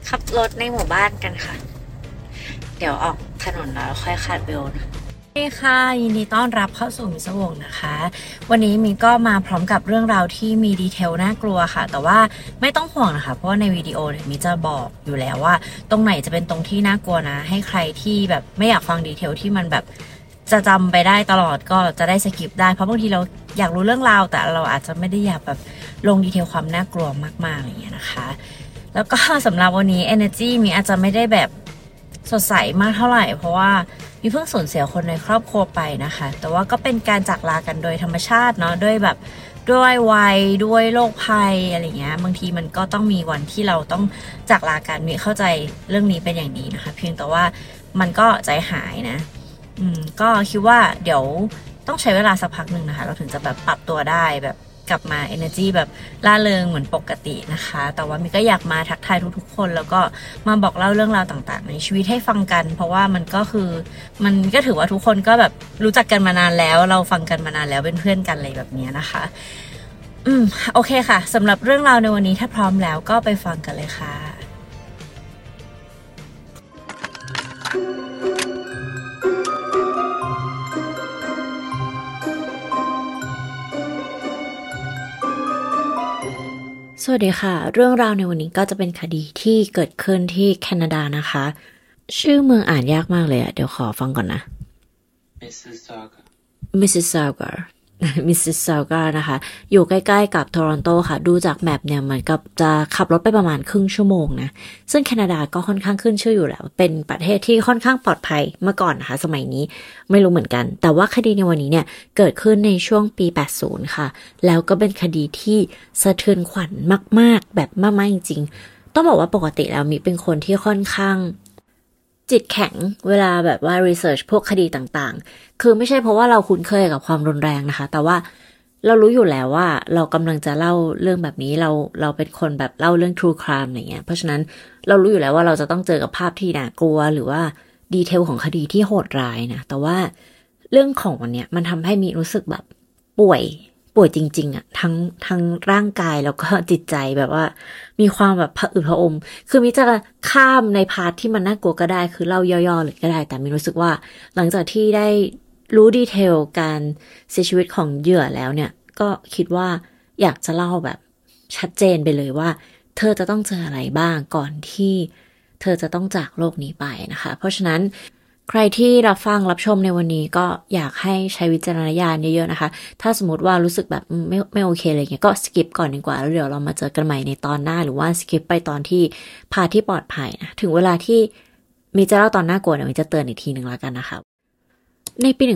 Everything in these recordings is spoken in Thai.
ขับรถในหมู่บ้านกันค่ะเดี๋ยวออกถนนแล้วค่อยคาดเบลนะนี่ค่ะยินดีต้อนรับเข้าสู่มิสวงนะคะวันนี้มินก็มาพร้อมกับเรื่องราวที่มีดีเทลน่ากลัวค่ะแต่ว่าไม่ต้องห่วงนะคะเพราะว่าในวิดีโอเนี่ยมินจะบอกอยู่แล้วว่าตรงไหนจะเป็นตรงที่น่ากลัวนะให้ใครที่แบบไม่อยากฟังดีเทลที่มันแบบจะจำไปได้ตลอดก็จะได้สกิปได้เพราะบางทีเราอยากรู้เรื่องราวแต่เราอาจจะไม่ได้อยากแบบลงดีเทลความน่ากลัวมากๆอย่างเงี้ยนะคะแล้วก็สำหรับวันนี้ energy มีอาจจะไม่ได้แบบสดใสมากเท่าไหร่เพราะว่ามีเพิ่งสูญเสียคนในครอบครัวไปนะคะแต่ว่าก็เป็นการจากลากันโดยธรรมชาติเนาะด้วยแบบด้วยวัยด้วยโรคภัยอะไรเงี้ยบางทีมันก็ต้องมีวันที่เราต้องจากลากันมีเข้าใจเรื่องนี้เป็นอย่างดีนะคะเพียงแต่ว่ามันก็ใจหายนะก็คิดว่าเดี๋ยวต้องใช้เวลาสักพักหนึ่งนะคะเราถึงจะแบบปรับตัวได้แบบกลับมา energy แบบล่าเริงเหมือนปกตินะคะแต่ว่ามิก็อยากมาทักทายทุกๆคนแล้วก็มาบอกเล่าเรื่องราวต่างๆในชีวิตให้ฟังกันเพราะว่ามันก็คือมันก็ถือว่าทุกคนก็แบบรู้จักกันมานานแล้วเราฟังกันมานานแล้วเป็นเพื่อนกันอะไรแบบนี้นะคะโอเคค่ะสำหรับเรื่องราวในวันนี้ถ้าพร้อมแล้วก็ไปฟังกันเลยค่ะสวัสดีค่ะเรื่องราวในวันนี้ก็จะเป็นคดีที่เกิดขึ้นที่แคนาดานะคะชื่อเมืองอ่านยากมากเลยเดี๋ยวขอฟังก่อนนะ Mississauga นะคะอยู่ใกล้ๆกับโทรอนโตค่ะดูจากแมปเนี่ยเหมือนกับจะขับรถไปประมาณครึ่งชั่วโมงนะซึ่งแคนาดาก็ค่อนข้างขึ้นชื่ออยู่แล้วเป็นประเทศที่ค่อนข้างปลอดภัยเมื่อก่อนนะคะสมัยนี้ไม่รู้เหมือนกันแต่ว่าคดีในวันนี้เนี่ยเกิดขึ้นในช่วงปี80ค่ะแล้วก็เป็นคดีที่สะเทือนขวัญมากๆแบบมากๆจริงๆต้องบอกว่าปกติแล้วมิเป็นคนที่ค่อนข้างจิตแข็งเวลาแบบว่ารีเสิร์ชพวกคดีต่างๆคือไม่ใช่เพราะว่าเราคุ้นเคยกับความรุนแรงนะคะแต่ว่าเรารู้อยู่แล้วว่าเรากำลังจะเล่าเรื่องแบบนี้เราเป็นคนแบบเล่าเรื่อง true crime อะไรเงี้ยเพราะฉะนั้นเรารู้อยู่แล้วว่าเราจะต้องเจอกับภาพที่น่ากลัวหรือว่าดีเทลของคดีที่โหดร้ายนะแต่ว่าเรื่องของวันเนี้ยมันทำให้มีรู้สึกแบบป่วยจริงๆอะทั้งร่างกายแล้วก็จิตใจแบบว่ามีความแบบผะอืดผะอมคือมิจะข้ามในพาร์ทที่มันน่ากลัวก็ได้คือเล่าย่อๆเลยก็ได้แต่มิรู้สึกว่าหลังจากที่ได้รู้ดีเทลการเสียชีวิตของเหยื่อแล้วเนี่ยก็คิดว่าอยากจะเล่าแบบชัดเจนไปเลยว่าเธอจะต้องเจออะไรบ้างก่อนที่เธอจะต้องจากโลกนี้ไปนะคะเพราะฉะนั้นใครที่รับฟังรับชมในวันนี้ก็อยากให้ใช้วิจารณญาณเยอะๆนะคะถ้าสมมติว่ารู้สึกแบบไม่โอเคอะไรเงี้ยก็สกิปก่อนดีกว่าแล้วเดี๋ยวเรามาเจอกันใหม่ในตอนหน้าหรือว่าสกิปไปตอนที่พาที่ปลอดภัยนะถึงเวลาที่มีจะเล่าตอนน่ากลัวเนี่ยมีจะเตือนอีกทีหนึ่งแล้วกันนะคะในปี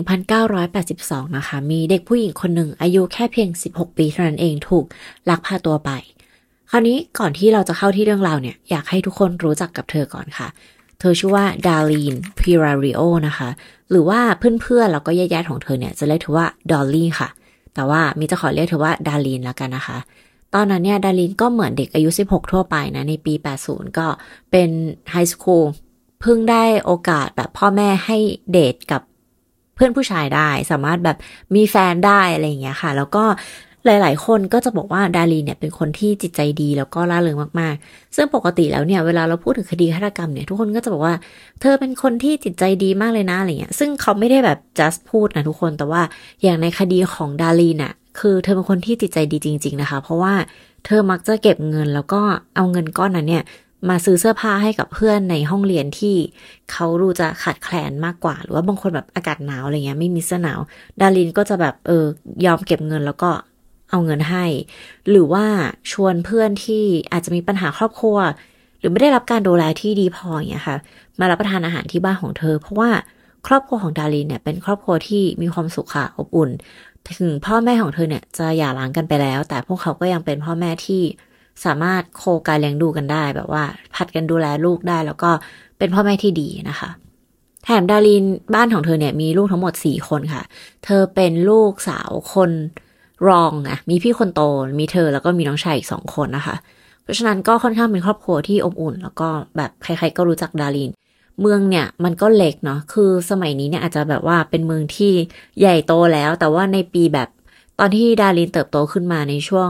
1982 นะคะมีเด็กผู้หญิงคนหนึ่งอายุแค่เพียง16 ปีเท่านั้นเองถูกลักพาตัวไปคราวนี้ก่อนที่เราจะเข้าที่เรื่องราวเนี่ยอยากให้ทุกคนรู้จักกับเธอก่อนค่ะเธอชื่อว่าดาร์ลีนพิราริโอนะคะหรือว่าเพื่อนๆแล้วก็ญาติๆของเธอเนี่ยจะเรียกเธอว่าดอลลี่ค่ะแต่ว่ามิจะขอเรียกเธอว่าดาร์ลีนแล้วกันนะคะตอนนั้นเนี่ยดาร์ลีนก็เหมือนเด็กอายุ16ทั่วไปนะในปี 80 ก็เป็นไฮสคูลเพิ่งได้โอกาสแบบพ่อแม่ให้เดทกับเพื่อนผู้ชายได้สามารถแบบมีแฟนได้อะไรอย่างเงี้ยค่ะแล้วก็หลายๆคนก็จะบอกว่าดารีเนี่ยเป็นคนที่จิตใจดีแล้วก็ร่าเริงมากๆซึ่งปกติแล้วเนี่ยเวลาเราพูดถึงคดีฆาตกรรมเนี่ยทุกคนก็จะบอกว่าเธอเป็นคนที่จิตใจดีมากเลยนะอะไรเงี้ยซึ่งเขาไม่ได้แบบ just พูดนะทุกคนแต่ว่าอย่างในคดีของดารีน่ะคือเธอเป็นคนที่จิตใจดีจริงๆนะคะเพราะว่าเธอมักจะเก็บเงินแล้วก็เอาเงินก้อนนั้นเนี่ยมาซื้อเสื้อผ้าให้กับเพื่อนในห้องเรียนที่เขาดูจะขาดแคลนมากกว่าหรือว่าบางคนแบบอากาศหนาวอะไรเงี้ยไม่มีเสื้อหนาวดารินก็จะแบบยอมเก็บเงินแล้วก็เอาเงินให้หรือว่าชวนเพื่อนที่อาจจะมีปัญหาครอบครัวหรือไม่ได้รับการดูแลที่ดีพออย่างเงี้ยค่ะมารับประทานอาหารที่บ้านของเธอเพราะว่าครอบครัวของดารินเนี่ยเป็นครอบครัวที่มีความสุขค่ะอบอุ่นถึงพ่อแม่ของเธอเนี่ยจะหย่าร้างกันไปแล้วแต่พวกเขาก็ยังเป็นพ่อแม่ที่สามารถโคการเลี้ยงดูกันได้แบบว่าผัดกันดูแลลูกได้แล้วก็เป็นพ่อแม่ที่ดีนะคะแถมดารินบ้านของเธอเนี่ยมีลูกทั้งหมด4 คนค่ะเธอเป็นลูกสาวคนรองมีพี่คนโตมีเธอแล้วก็มีน้องชายอีก2 คนนะคะเพราะฉะนั้นก็ค่อนข้างเป็นครอบครัวที่อบอุ่นแล้วก็แบบใครๆก็รู้จักดารินเมืองเนี่ยมันก็เล็กเนาะคือสมัยนี้เนี่ยอาจจะแบบว่าเป็นเมืองที่ใหญ่โตแล้วแต่ว่าในปีแบบตอนที่ดารินเติบโตขึ้นมาในช่วง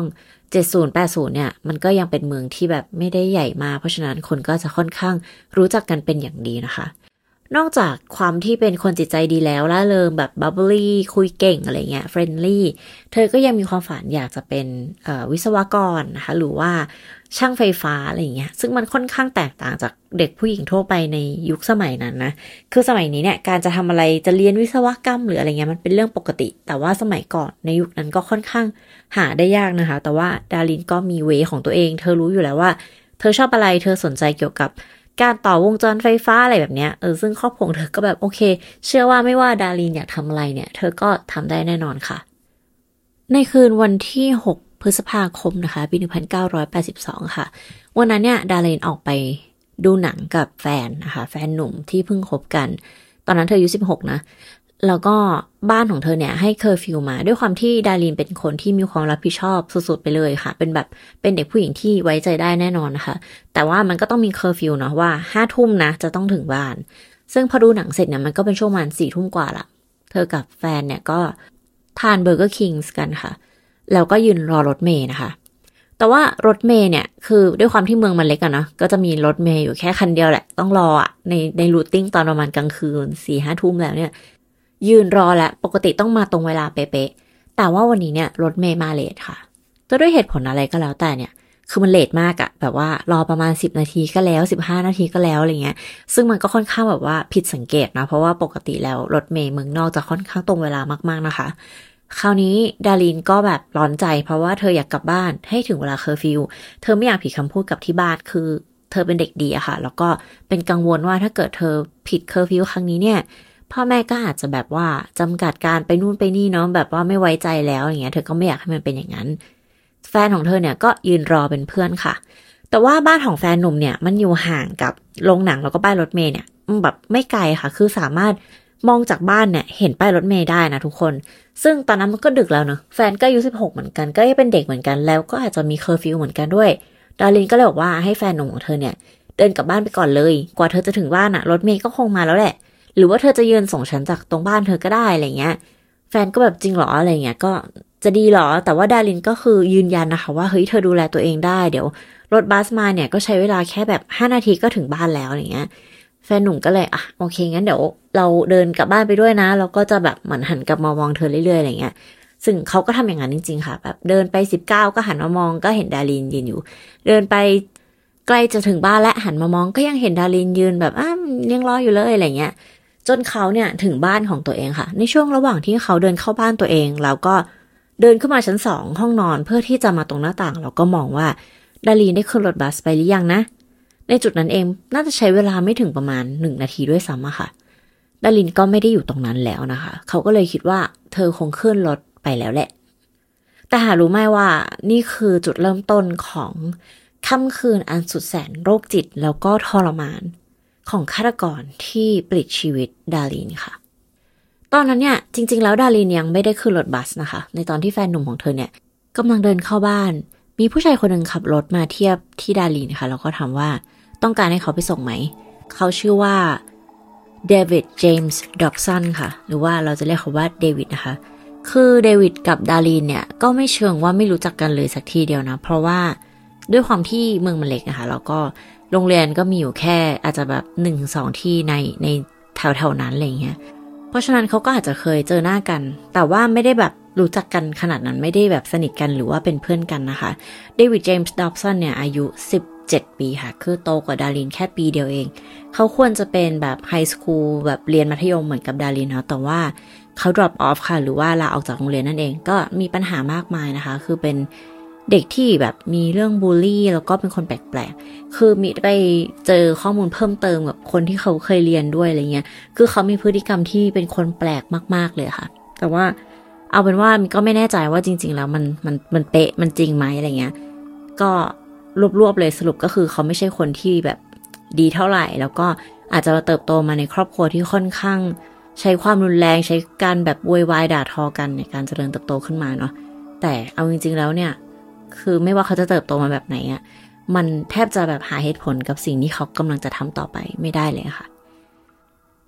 70-80เนี่ยมันก็ยังเป็นเมืองที่แบบไม่ได้ใหญ่มากเพราะฉะนั้นคนก็จะค่อนข้างรู้จักกันเป็นอย่างดีนะคะนอกจากความที่เป็นคนจิตใจดีแล้วล่าเริงแบบบับเบิลี่คุยเก่งอะไรเงี้ยเฟรนลี่เธอก็ยังมีความฝันอยากจะเป็นวิศวกรนะคะหรือว่าช่างไฟฟ้าอะไรเงี้ยซึ่งมันค่อนข้างแตกต่างจากเด็กผู้หญิงทั่วไปในยุคสมัยนั้นนะคือสมัยนี้เนี่ยการจะทำอะไรจะเรียนวิศวกรรมหรืออะไรเงี้ยมันเป็นเรื่องปกติแต่ว่าสมัยก่อนในยุคนั้นก็ค่อนข้างหาได้ยากนะคะแต่ว่าดารินก็มีเวของตัวเองเธอรู้อยู่แล้วว่าเธอชอบอะไรเธอสนใจเกี่ยวกับการต่อวงจรไฟฟ้าอะไรแบบเนี้ยซึ่งครอบครัวเธอก็แบบโอเคเชื่อว่าไม่ว่าดารินอยากทำอะไรเนี่ยเธอก็ทำได้แน่นอนค่ะในคืนวันที่6 พฤษภาคมนะคะปี1982ค่ะวันนั้นเนี่ยดารินออกไปดูหนังกับแฟนนะคะแฟนหนุ่มที่เพิ่งคบกันตอนนั้นเธออายุ16นะแล้วก็บ้านของเธอเนี่ยให้เคอร์ฟิวมาด้วยความที่ดารินเป็นคนที่มีความรับผิดชอบสุดๆไปเลยค่ะเป็นแบบเป็นเด็กผู้หญิงที่ไว้ใจได้แน่นอนนะคะแต่ว่ามันก็ต้องมีเคอร์ฟิวเนาะว่า5 ทุ่มนะจะต้องถึงบ้านซึ่งพอดูหนังเสร็จเนี่ยมันก็เป็นช่วงประมาณ4 ทุ่มกว่าละเธอกับแฟนเนี่ยก็ทานเบอร์เกอร์คิงส์กันค่ะแล้วก็ยืนรอรถเมล์นะคะแต่ว่ารถเมล์เนี่ยคือด้วยความที่เมืองมันเล็กอะเนาะก็จะมีรถเมล์อยู่แค่คันเดียวแหละต้องรออะในรูทติ้งตอนประมาณกลางคืน4-5 ทุ่มแล้วเนี่ยยืนรอและปกติต้องมาตรงเวลาเป๊ะๆแต่ว่าวันนี้เนี่ยรถเมล์มาเลทค่ะจะด้วยเหตุผลอะไรก็แล้วแต่เนี่ยคือมันเลทมากอะแบบว่ารอประมาณ10 นาทีก็แล้ว15 นาทีก็แล้วอะไรเงี้ยซึ่งมันก็ค่อนข้างแบบว่าผิดสังเกตนะเพราะว่าปกติแล้วรถเมล์เมืองนอกจะค่อนข้างตรงเวลามากๆนะคะคราวนี้ดารินก็แบบร้อนใจเพราะว่าเธออยากกลับบ้านให้ถึงเวลาเคอร์ฟิวเธอไม่อยากผิดคำพูดกับที่บ้านคือเธอเป็นเด็กดีอะค่ะแล้วก็เป็นกังวลว่าถ้าเกิดเธอผิดเคอร์ฟิวครั้งนี้เนี่ยพ่อแม่ก็อาจจะแบบว่าจำกัดการไปนู่นไปนี่เนาะแบบว่าไม่ไว้ใจแล้วอย่างเงี้ยเธอก็ไม่อยากให้มันเป็นอย่างนั้นแฟนของเธอเนี่ยก็ยืนรอเป็นเพื่อนค่ะแต่ว่าบ้านของแฟนหนุ่มเนี่ยมันอยู่ห่างกับโรงหนังแล้วก็ป้ายรถเมล์เนี่ยแบบไม่ไกลค่ะคือสามารถมองจากบ้านเนี่ยเห็นป้ายรถเมล์ได้นะทุกคนซึ่งตอนนั้นมันก็ดึกแล้วเนอะแฟนก็อายุ16เหมือนกันก็ยังเป็นเด็กเหมือนกันแล้วก็อาจจะมีเคอร์ฟิวเหมือนกันด้วยดารินก็เลยบอกว่าให้แฟนหนุ่มของเธอเนี่ยเดินกลับบ้านไปก่อนเลยกว่าเธอจะถึงบ้านอะรถเมล์ก็คงมาแล้วแหละหรือว่าเธอจะยืนส่งฉันจากตรงบ้านเธอก็ได้อะไรเงี้ยแฟนก็แบบจริงหรออะไรเงี้ยก็จะดีหรอแต่ว่าดารินก็คือยืนยันนะคะว่าเฮ้ยเธอดูแลตัวเองได้เดี๋ยวรถบัสมาเนี่ยก็ใช้เวลาแค่แบบ5 นาทีก็ถึงบ้านแล้วอะไรเงี้ยแฟนหนุ่มก็เลยโอเคงั้นเดี๋ยวเราเดินกลับบ้านไปด้วยนะแล้วก็จะแบบเหมือนหันกลับมามองเธอเรื่อยๆอะไรเงี้ยซึ่งเขาก็ทำอย่างนั้นจริงๆค่ะแบบเดินไป19ก็หันมามองก็เห็นดารินยืนอยู่เดินไปใกล้จะถึงบ้านและหันมามองก็ยังเห็นดารินยืนแบบยังรออยู่เลยอะไรเงี้ยจนเขาเนี่ยถึงบ้านของตัวเองค่ะในช่วงระหว่างที่เขาเดินเข้าบ้านตัวเองแล้วก็เดินขึ้นมาชั้น2ห้องนอนเพื่อที่จะมาตรงหน้าต่างแล้วก็มองว่าดารินได้ขึ้นรถบัสไปหรือยังนะในจุดนั้นเองน่าจะใช้เวลาไม่ถึงประมาณ1 นาทีด้วยซ้ำอะค่ะดารินก็ไม่ได้อยู่ตรงนั้นแล้วนะคะเขาก็เลยคิดว่าเธอคงขึ้นรถไปแล้วแหละแต่หารู้ไหมว่านี่คือจุดเริ่มต้นของค่ำคืนอันสุดแสนโรคจิตแล้วก็ทรมานของฆาตกรที่ปลิดชีวิตดารินค่ะตอนนั้นเนี่ยจริงๆแล้วดารินยังไม่ได้ขึ้นรถบัสนะคะในตอนที่แฟนหนุ่มของเธอเนี่ยกำลังเดินเข้าบ้านมีผู้ชายคนหนึ่งขับรถมาเทียบที่ดารินค่ะแล้วก็ถามว่าต้องการให้เขาไปส่งไหมเขาชื่อว่าเดวิดเจมส์ด็อกสันค่ะหรือว่าเราจะเรียกเขาว่าเดวิดนะคะคือเดวิดกับดารินเนี่ยก็ไม่เชิงว่าไม่รู้จักกันเลยสักทีเดียวนะเพราะว่าด้วยความที่เมืองมันเล็กนะคะแล้วก็โรงเรียนก็มีอยู่แค่อาจจะแบบ 1-2 ที่ในแถวๆนั้นอะไรเงี้ยเพราะฉะนั้นเขาก็อาจจะเคยเจอหน้ากันแต่ว่าไม่ได้แบบรู้จักกันขนาดนั้นไม่ได้แบบสนิทกันหรือว่าเป็นเพื่อนกันนะคะเดวิดเจมส์ด็อกสันเนี่ยอายุ17 ปีค่ะคือโตกว่าดารินแค่ปีเดียวเองเขาควรจะเป็นแบบไฮสคูลแบบเรียนมัธยมเหมือนกับดารินเนาะแต่ว่าเขา drop off ค่ะหรือว่าลาออกจากโรงเรียนนั่นเองก็มีปัญหามากมายนะคะคือเป็นเด็กที่แบบมีเรื่องบูลลี่แล้วก็เป็นคนแปลกๆคือมีไปเจอข้อมูลเพิ่มเติมกับคนที่เขาเคยเรียนด้วยอะไรเงี้ยคือเขามีพฤติกรรมที่เป็นคนแปลกมากๆเลยค่ะแต่ว่าเอาเป็นว่าก็ไม่แน่ใจว่าจริงๆแล้วมันเป๊ะมันจริงไหมอะไรเงี้ยก็รวบๆเลยสรุปก็คือเขาไม่ใช่คนที่แบบดีเท่าไหร่แล้วก็อาจจะเติบโตมาในครอบครัวที่ค่อนข้างใช้ความรุนแรงใช้การแบบโวยวายด่าทอกันในการเจริญเติบโตขึ้นมาเนาะแต่เอาจริงๆแล้วเนี่ยคือไม่ว่าเขาจะเติบโตมาแบบไหนอะมันแทบจะแบบหาเหตุผลกับสิ่งที่เขากำลังจะทำต่อไปไม่ได้เลยค่ะ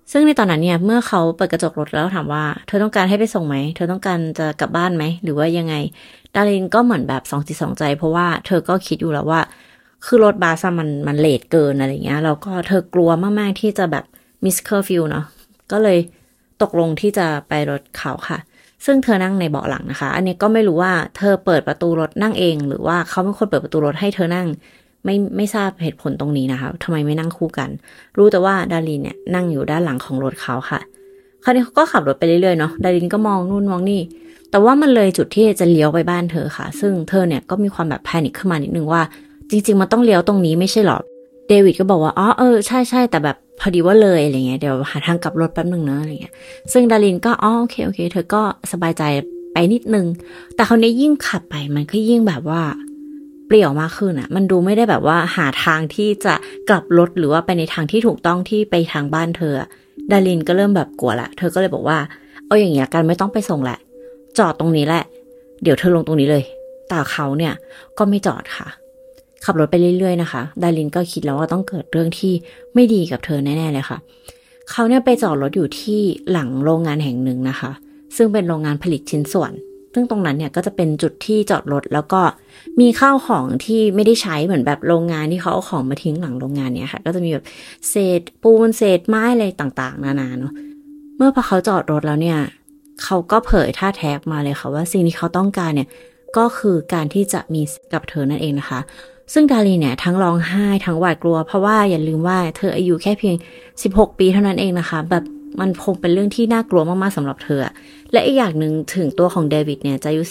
ซึ่งในตอนนั้นเนี่ยเมื่อเขาเปิดกระจกรถแล้วถามว่าเธอต้องการให้ไปส่งไหมเธอต้องการจะกลับบ้านไหมหรือว่ายังไงดารินก็เหมือนแบบสองจิตสองใจเพราะว่าเธอก็คิดอยู่แล้วว่าคือรถบัสมันเลทเกินอะไรเงี้ยแล้วก็เธอกลัวมากๆที่จะแบบมิสเคอร์ฟิวเนาะก็เลยตกลงที่จะไปรถเขาค่ะซึ่งเธอนั่งในเบาะหลังนะคะอันนี้ก็ไม่รู้ว่าเธอเปิดประตูรถนั่งเองหรือว่าเขาเป็นคนเปิดประตูรถให้เธอนั่งไม่ทราบเหตุผลตรงนี้นะคะทำไมไม่นั่งคู่กันรู้แต่ว่าดารินเนี่ยนั่งอยู่ด้านหลังของรถเขาค่ะคราวนี้เขาก็ขับรถไปเรื่อยๆเนาะดารินก็มองนู่นมองนี่แต่ว่ามันเลยจุดที่จะเลี้ยวไปบ้านเธอค่ะซึ่งเธอเนี่ยก็มีความแบบแพนิคขึ้นมานิดนึงว่าจริงๆมันต้องเลี้ยวตรงนี้ไม่ใช่หรอเดวิดก็บอกว่าอ๋อใช่แต่แบบพอดีว่าเลยอะไรเงี้ยเดี๋ยวหาทางกลับรถแป๊บนึงนะอะไรเงี้ยซึ่งดารินก็อ๋อโอเคเธอก็สบายใจไปนิดนึงแต่คราวนี้ยิ่งขับไปมันก็ยิ่งแบบว่าเปลี่ยวมากขึ้นอ่ะมันดูไม่ได้แบบว่าหาทางที่จะกลับรถหรือว่าไปในทางที่ถูกต้องที่ไปทางบ้านเธอดารินก็เริ่มแบบกลัวละเธอก็เลยบอกว่าเอาอย่างเงี้ยกันไม่ต้องไปส่งแหละจอดตรงนี้แหละเดี๋ยวเธอลงตรงนี้เลยแต่เขาเนี่ยก็ไม่จอดค่ะขับรถไปเรื่อยๆนะคะดารินก็คิดแล้วว่าต้องเกิดเรื่องที่ไม่ดีกับเธอแน่ๆเลยค่ะเขาเนี่ยไปจอดรถอยู่ที่หลังโรงงานแห่งหนึ่งนะคะซึ่งเป็นโรงงานผลิตชิ้นส่วนซึ่งตรงนั้นเนี่ยก็จะเป็นจุดที่จอดรถแล้วก็มีข้าวของที่ไม่ได้ใช้เหมือนแบบโรงงานที่เขาเอาของมาทิ้งหลังโรงงานเนี่ยค่ะก็จะมีแบบเศษปูนเศษไม้อะไรต่างๆนานาเนาะเมื่อพอเขาจอดรถแล้วเนี่ยเขาก็เผยท่าแท้มาเลยค่ะว่าสิ่งที่เขาต้องการเนี่ยก็คือการที่จะมีกับเธอนั่นเองนะคะซึ่งดารินเนี่ยทั้งร้องไห้ทั้งหวาดกลัวเพราะว่าอย่าลืมว่าเธออายุแค่เพียง16 ปีเท่านั้นเองนะคะแบบมันคงเป็นเรื่องที่น่ากลัวมากๆสำหรับเธอและอีกอย่างหนึ่งถึงตัวของเดวิดเนี่ยจะอายุ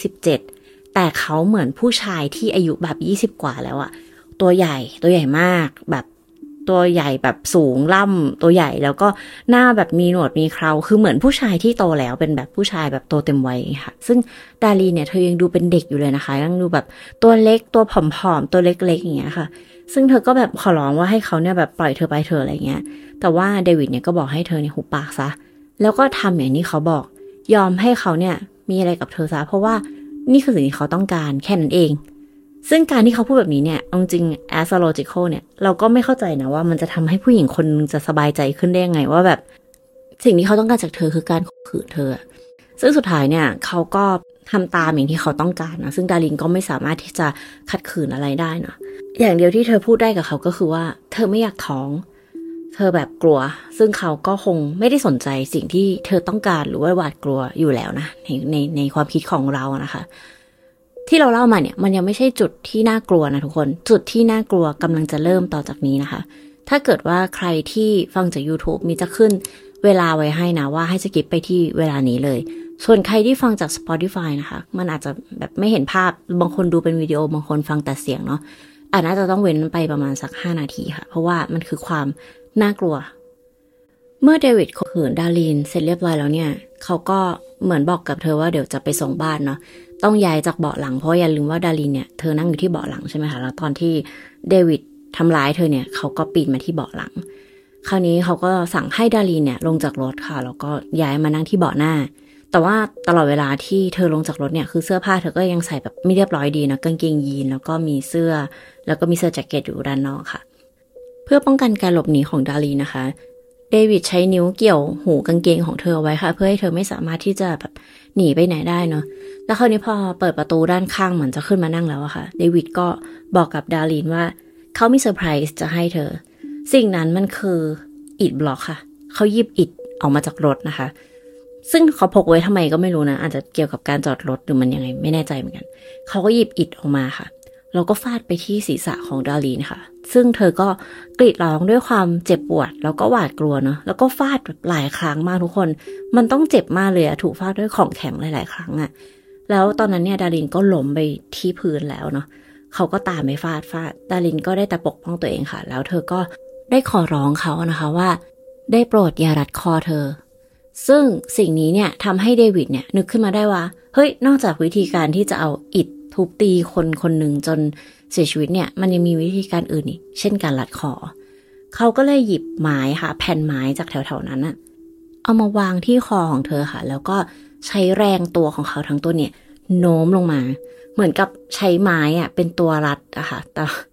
17แต่เขาเหมือนผู้ชายที่อายุแบบ20 กว่าแล้วอะตัวใหญ่มากแบบตัวใหญ่แบบสูงล่ำตัวใหญ่แล้วก็หน้าแบบมีหนวดมีเคราคือเหมือนผู้ชายที่โตแล้วเป็นแบบผู้ชายแบบโตเต็มวัยค่ะซึ่งดารินเนี่ยเธอยังดูเป็นเด็กอยู่เลยนะคะยังดูแบบตัวเล็กตัวผอมๆตัวเล็กๆอย่างเงี้ยค่ะซึ่งเธอก็แบบขอร้องว่าให้เขาเนี่ยแบบปล่อยเธอไปเถอะอะไรเงี้ยแต่ว่าเดวิดเนี่ยก็บอกให้เธอเนี่ยหุบปากซะแล้วก็ทำอย่างที่เขาบอกยอมให้เขาเนี่ยมีอะไรกับเธอซะเพราะว่านี่คือสิ่งที่เขาต้องการแค่นั้นเองซึ่งการที่เขาพูดแบบนี้เนี่ยจริง as a logical เนี่ยเราก็ไม่เข้าใจนะว่ามันจะทำให้ผู้หญิงคนนึงจะสบายใจขึ้นได้ยังไงว่าแบบสิ่งที่เขาต้องการจากเธอคือการข่มขืนเธอซึ่งสุดท้ายเนี่ยเขาก็ทำตามอย่างที่เขาต้องการนะซึ่งดารินก็ไม่สามารถที่จะขัดขืนอะไรได้นะอย่างเดียวที่เธอพูดได้กับเขาก็คือว่าเธอไม่อยากท้องเธอแบบกลัวซึ่งเขาก็คงไม่ได้สนใจสิ่งที่เธอต้องการหรือว่าหวาดกลัวอยู่แล้วนะในความคิดของเรานะคะที่เราเล่ามาเนี่ยมันยังไม่ใช่จุดที่น่ากลัวนะทุกคนจุดที่น่ากลัวกำลังจะเริ่มต่อจากนี้นะคะถ้าเกิดว่าใครที่ฟังจาก YouTube มีจะขึ้นเวลาไว้ให้นะว่าให้สกิปไปที่เวลานี้เลยส่วนใครที่ฟังจาก Spotify นะคะมันอาจจะแบบไม่เห็นภาพบางคนดูเป็นวิดีโอบางคนฟังแต่เสียงเนาะน่าจะต้องเว้นไปประมาณสัก5 นาทีค่ะเพราะว่ามันคือความน่ากลัวเมื่อเดวิดข่มขืนดารินเสร็จเรียบร้อยแล้วเนี่ยเขาก็เหมือนบอกกับเธอว่าเดี๋ยวจะไปส่งบ้านเนาะต้องย้ายจากเบาะหลังเพราะอย่าลืมว่าดารินเนี่ยเธอนั่งอยู่ที่เบาะหลังใช่ไหมคะแล้วตอนที่เดวิดทำร้ายเธอเนี่ยเขาก็ปีนมาที่เบาะหลังคราวนี้เขาก็สั่งให้ดารินเนี่ยลงจากรถค่ะแล้วก็ย้ายมานั่งที่เบาะหน้าแต่ว่าตลอดเวลาที่เธอลงจากรถเนี่ยคือเสื้อผ้าเธอก็ยังใส่แบบไม่เรียบร้อยดีนะกางเกงยีนแล้วก็มีเสื้อแล้วก็มีเสื้อแจ็คเก็ตอยู่ด้านนอกค่ะเพื่อป้องกันการหลบหนีของดารินนะคะเดวิดใช้นิ้วเกี่ยวหูกางเกงของเธอไว้ค่ะเพื่อให้เธอไม่สามารถที่จะแบบหนีไปไหนได้เนาะแล้วคราวนี้พอเปิดประตูด้านข้างเหมือนจะขึ้นมานั่งแล้วอะค่ะเดวิดก็บอกกับดารินว่าเขามีเซอร์ไพรส์จะให้เธอสิ่งนั้นมันคืออิฐบล็อกค่ะเขาหยิบอิฐออกมาจากรถนะคะซึ่งเขาพกไว้ทำไมก็ไม่รู้นะอาจจะเกี่ยวกับการจอดรถหรือมันยังไงไม่แน่ใจเหมือนกันเขาก็หยิบอิฐออกมาค่ะแล้วก็ฟาดไปที่ศีรษะของดารินค่ะซึ่งเธอก็กรีดร้องด้วยความเจ็บปวดแล้วก็หวาดกลัวเนาะแล้วก็ฟาดแบบหลายครั้งมากทุกคนมันต้องเจ็บมากเลยอะถูกฟาดด้วยของแข็งหลายๆครั้งอะแล้วตอนนั้นเนี่ยดารินก็ล้มไปที่พื้นแล้วเนาะเขาก็ตามไปฟาดดารินก็ได้แต่ปกป้องตัวเองค่ะแล้วเธอก็ได้ขอร้องเขานะคะว่าได้โปรดอย่ารัดคอเธอซึ่งสิ่งนี้เนี่ยทำให้เดวิดเนี่ยนึกขึ้นมาได้ว่าเฮ้ยนอกจากวิธีการที่จะเอาอิฐทุบตีคนคนหนึ่งจนเสียชีวิตเนี่ยมันยังมีวิธีการอื่นอีกเช่นการรัดคอเขาก็เลยหยิบไม้ค่ะแผ่นไม้จากแถวๆนั้นอะเอามาวางที่คอของเธอค่ะแล้วก็ใช้แรงตัวของเขาทั้งตัวเนี่ยโน้มลงมาเหมือนกับใช้ไม้อะเป็นตัวรัดอะค่ะแต่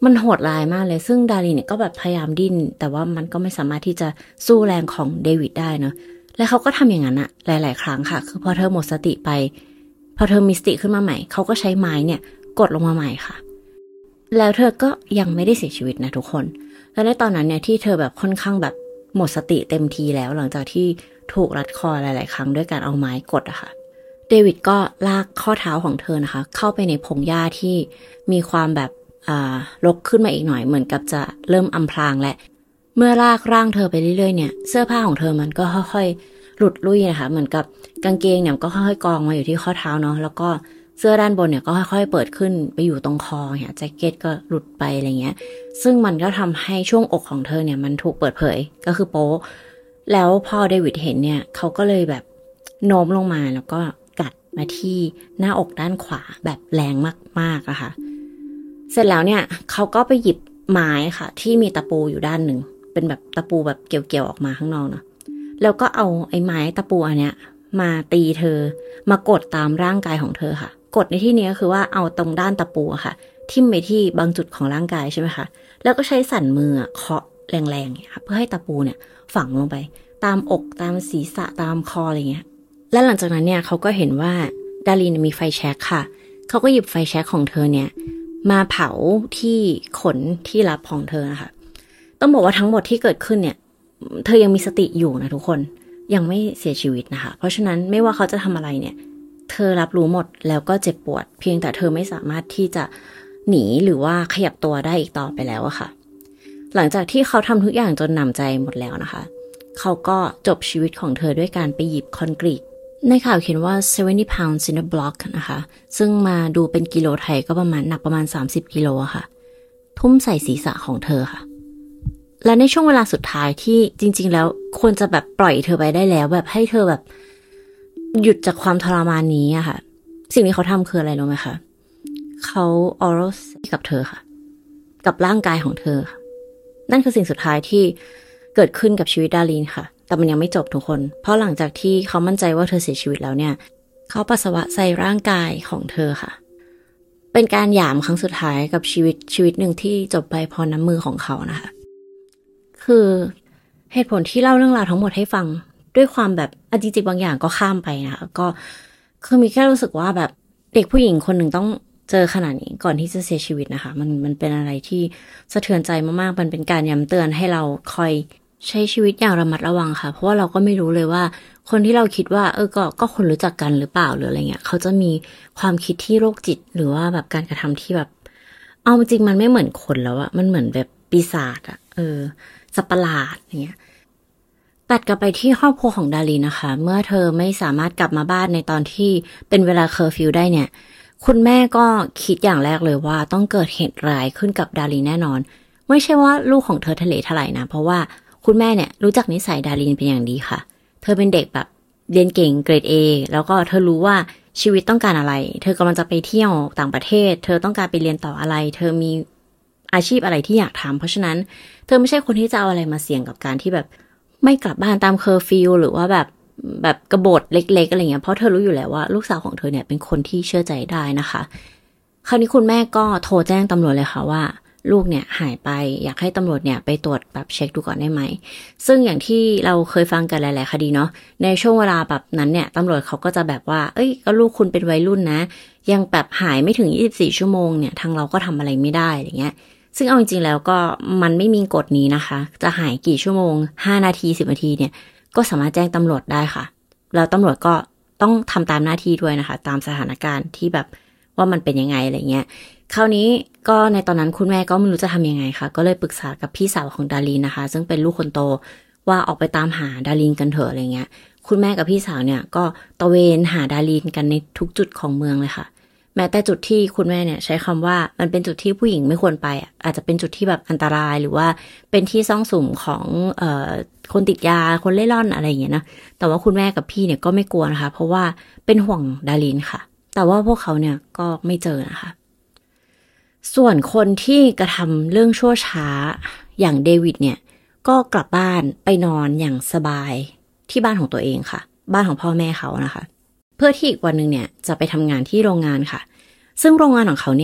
มันโหดร้ายมากเลยซึ่งดารินเนี่ยก็แบบพยายามดิ้นแต่ว่ามันก็ไม่สามารถที่จะสู้แรงของเดวิดได้เนาะและเขาก็ทำอย่างนั้นอะหลายๆครั้งค่ะคือพอเธอหมดสติไปพอเธอมีสติขึ้นมาใหม่เขาก็ใช้ไม้เนี่ยกดลงมาใหม่ค่ะแล้วเธอก็ยังไม่ได้เสียชีวิตนะทุกคนแล้วในตอนนั้นเนี่ยที่เธอแบบค่อนข้างแบบหมดสติเต็มทีแล้วหลังจากที่ถูกรัดคอหลายๆครั้งด้วยการเอาไม้กดอะค่ะเดวิดก็ลากข้อเท้าของเธอนะคะเข้าไปในพงหญ้าที่มีความแบบรกขึ้นมาอีกหน่อยเหมือนกับจะเริ่มอำพรางและเมื่อลากร่างเธอไปเรื่อยๆเนี่ยเสื้อผ้าของเธอมันก็ค่อยๆหลุดลุ่ยนะคะเหมือนกับกางเกงเนี่ยก็ค่อยๆกองมาอยู่ที่ข้อเท้าเนาะแล้วก็เสื้อด้านบนเนี่ยก็ค่อยๆเปิดขึ้นไปอยู่ตรงคอเนี่ยแจ็คเก็ตก็หลุดไปอะไรเงี้ยซึ่งมันก็ทำให้ช่วงอกของเธอเนี่ยมันถูกเปิดเผยก็คือโป๊แล้วพอเดวิดเห็นเนี่ยเขาก็เลยแบบโน้มลงมาแล้วก็กัดมาที่หน้าอกด้านขวาแบบแรงมากๆนะคะเสร็จแล้วเนี่ยเขาก็ไปหยิบไม้ค่ะที่มีตะปูอยู่ด้านหนึ่งเป็นแบบตะปูแบบเกี่ยวๆออกมาข้างนอกเนาะแล้วก็เอาไอ้ไม้ตะปูอันเนี้ยมาตีเธอมากดตามร่างกายของเธอค่ะกดในที่นี้ก็คือว่าเอาตรงด้านตะปูค่ะทิ่มไปที่บางจุดของร่างกายใช่ไหมคะแล้วก็ใช้สันมือเคาะแรงๆค่ะเพื่อให้ตะปูเนี่ยฝังลงไปตามอกตามศีรษะตามคออะไรเงี้ยและหลังจากนั้นเนี่ยเขาก็เห็นว่าดารินมีไฟแช็กค่ะเขาก็หยิบไฟแช็กของเธอเนี่ยมาเผาที่ขนที่รับของเธอนะคะต้องบอกว่าทั้งหมดที่เกิดขึ้นเนี่ยเธอยังมีสติอยู่นะทุกคนยังไม่เสียชีวิตนะคะเพราะฉะนั้นไม่ว่าเขาจะทำอะไรเนี่ยเธอรับรู้หมดแล้วก็เจ็บปวดเพียงแต่เธอไม่สามารถที่จะหนีหรือว่าขยับตัวได้อีกต่อไปแล้วอะค่ะหลังจากที่เขาทำทุกอย่างจนหนำใจหมดแล้วนะคะเขาก็จบชีวิตของเธอด้วยการไปหยิบคอนกรีตในข่าวเขียนว่า70 pounds in a block นะคะซึ่งมาดูเป็นกิโลไทยก็ประมาณหนักประมาณ30 กิโลค่ะ ทุ่มใส่ศีรษะของเธอค่ะและในช่วงเวลาสุดท้ายที่จริงๆแล้วควรจะแบบปล่อยเธอไปได้แล้วแบบให้เธอแบบหยุดจากความทรมานนี้อะค่ะสิ่งที่เขาทำคืออะไรรู้ไหมคะเขาออรัลเซ็กกับเธอค่ะกับร่างกายของเธอค่ะนั่นคือสิ่งสุดท้ายที่เกิดขึ้นกับชีวิตดารินค่ะแต่มันยังไม่จบทุกคนเพราะหลังจากที่เขามั่นใจว่าเธอเสียชีวิตแล้วเนี่ยเขาปัสสาวะใส่ร่างกายของเธอค่ะเป็นการหยามครั้งสุดท้ายกับชีวิตหนึ่งที่จบไปเพราะน้ำมือของเขานะคะคือเหตุผลที่เล่าเรื่องราวทั้งหมดให้ฟังด้วยความแบบจริงๆบางอย่างก็ข้ามไปนะคะก็คือมีแค่รู้สึกว่าแบบเด็กผู้หญิงคนหนึ่งต้องเจอขนาดนี้ก่อนที่จะเสียชีวิตนะคะมันเป็นอะไรที่สะเทือนใจมากๆมันเป็นการย้ำเตือนให้เราคอยใช้ชีวิตอย่างระมัดระวังค่ะเพราะว่าเราก็ไม่รู้เลยว่าคนที่เราคิดว่าก็คนรู้จักกันหรือเปล่าหรืออะไรเงี้ยเขาจะมีความคิดที่โรคจิตหรือว่าแบบการกระทำที่แบบเอาจริงมันไม่เหมือนคนแล้วอะมันเหมือนแบบปีศาจอะสัตว์ประหลาดอย่างเงี้ยตัดกลับไปที่ครอบครัวของดารินนะคะเมื่อเธอไม่สามารถกลับมาบ้านในตอนที่เป็นเวลาเคอร์ฟิวได้เนี่ยคุณแม่ก็คิดอย่างแรกเลยว่าต้องเกิดเหตุร้ายขึ้นกับดารินแน่นอนไม่ใช่ว่าลูกของเธอทะเลถลายนะเพราะว่าคุณแม่เนี่ยรู้จักนิสัยดารินเป็นอย่างดีค่ะเธอเป็นเด็กแบบเรียนเก่งเกรด A แล้วก็เธอรู้ว่าชีวิตต้องการอะไรเธอกำลังจะไปเที่ยวต่างประเทศเธอต้องการไปเรียนต่ออะไรเธอมีอาชีพอะไรที่อยากทำเพราะฉะนั้นเธอไม่ใช่คนที่จะเอาอะไรมาเสี่ยงกับการที่แบบไม่กลับบ้านตามเคอร์ฟิวหรือว่าแบบกบฏเล็กๆอะไรเงี้ยเพราะเธอรู้อยู่แล้วว่าลูกสาวของเธอเนี่ยเป็นคนที่เชื่อใจได้นะคะคราวนี้คุณแม่ก็โทรแจ้งตำรวจเลยค่ะว่าลูกเนี่ยหายไปอยากให้ตำรวจเนี่ยไปตรวจแบบเช็คดูก่อนได้ไหมซึ่งอย่างที่เราเคยฟังกันหลายๆคดีเนาะในช่วงเวลาแบบนั้นเนี่ยตำรวจเขาก็จะแบบว่าก็ลูกคุณเป็นวัยรุ่นนะยังแบบหายไม่ถึง24 ชั่วโมงเนี่ยทางเราก็ทำอะไรไม่ได้อะไรเงี้ยซึ่งเอาจริงๆแล้วก็มันไม่มีกฎนี้นะคะจะหายกี่ชั่วโมง5 นาที10 นาทีเนี่ยก็สามารถแจ้งตำรวจได้ค่ะแล้วตำรวจก็ต้องทำตามหน้าที่ด้วยนะคะตามสถานการณ์ที่แบบว่ามันเป็นยังไงอะไรเงี้ยคราวนี้ก็ในตอนนั้นคุณแม่ก็ไม่รู้จะทำยังไงค่ะก็เลยปรึกษากับพี่สาวของดารินนะคะซึ่งเป็นลูกคนโตว่าออกไปตามหาดารินกันเถอะอะไรเงี้ยคุณแม่กับพี่สาวเนี่ยก็ตะเวนหาดารินกันในทุกจุดของเมืองเลยค่ะแม้แต่จุดที่คุณแม่เนี่ยใช้คำว่ามันเป็นจุดที่ผู้หญิงไม่ควรไปอาจจะเป็นจุดที่แบบอันตรายหรือว่าเป็นที่ซ่องสุมของคนติดยาคนเล่ร่อนอะไรอย่างเงี้ยนะแต่ว่าคุณแม่กับพี่เนี่ยก็ไม่กลัวนะคะเพราะว่าเป็นห่วงดารินค่ะแต่ว่าพวกเขาเนี่ยก็ไม่เจอนะคะส่วนคนที่กระทำเรื่องชั่วช้าอย่างเดวิดเนี่ยก็กลับบ้านไปนอนอย่างสบายที่บ้านของตัวเองค่ะบ้านของพ่อแม่เขานะคะเพื่อที่อีกวันนึงเนี่ยจะไปทำงานที่โรงงานค่ะซึ่งโรงงานของเขาเนี่ย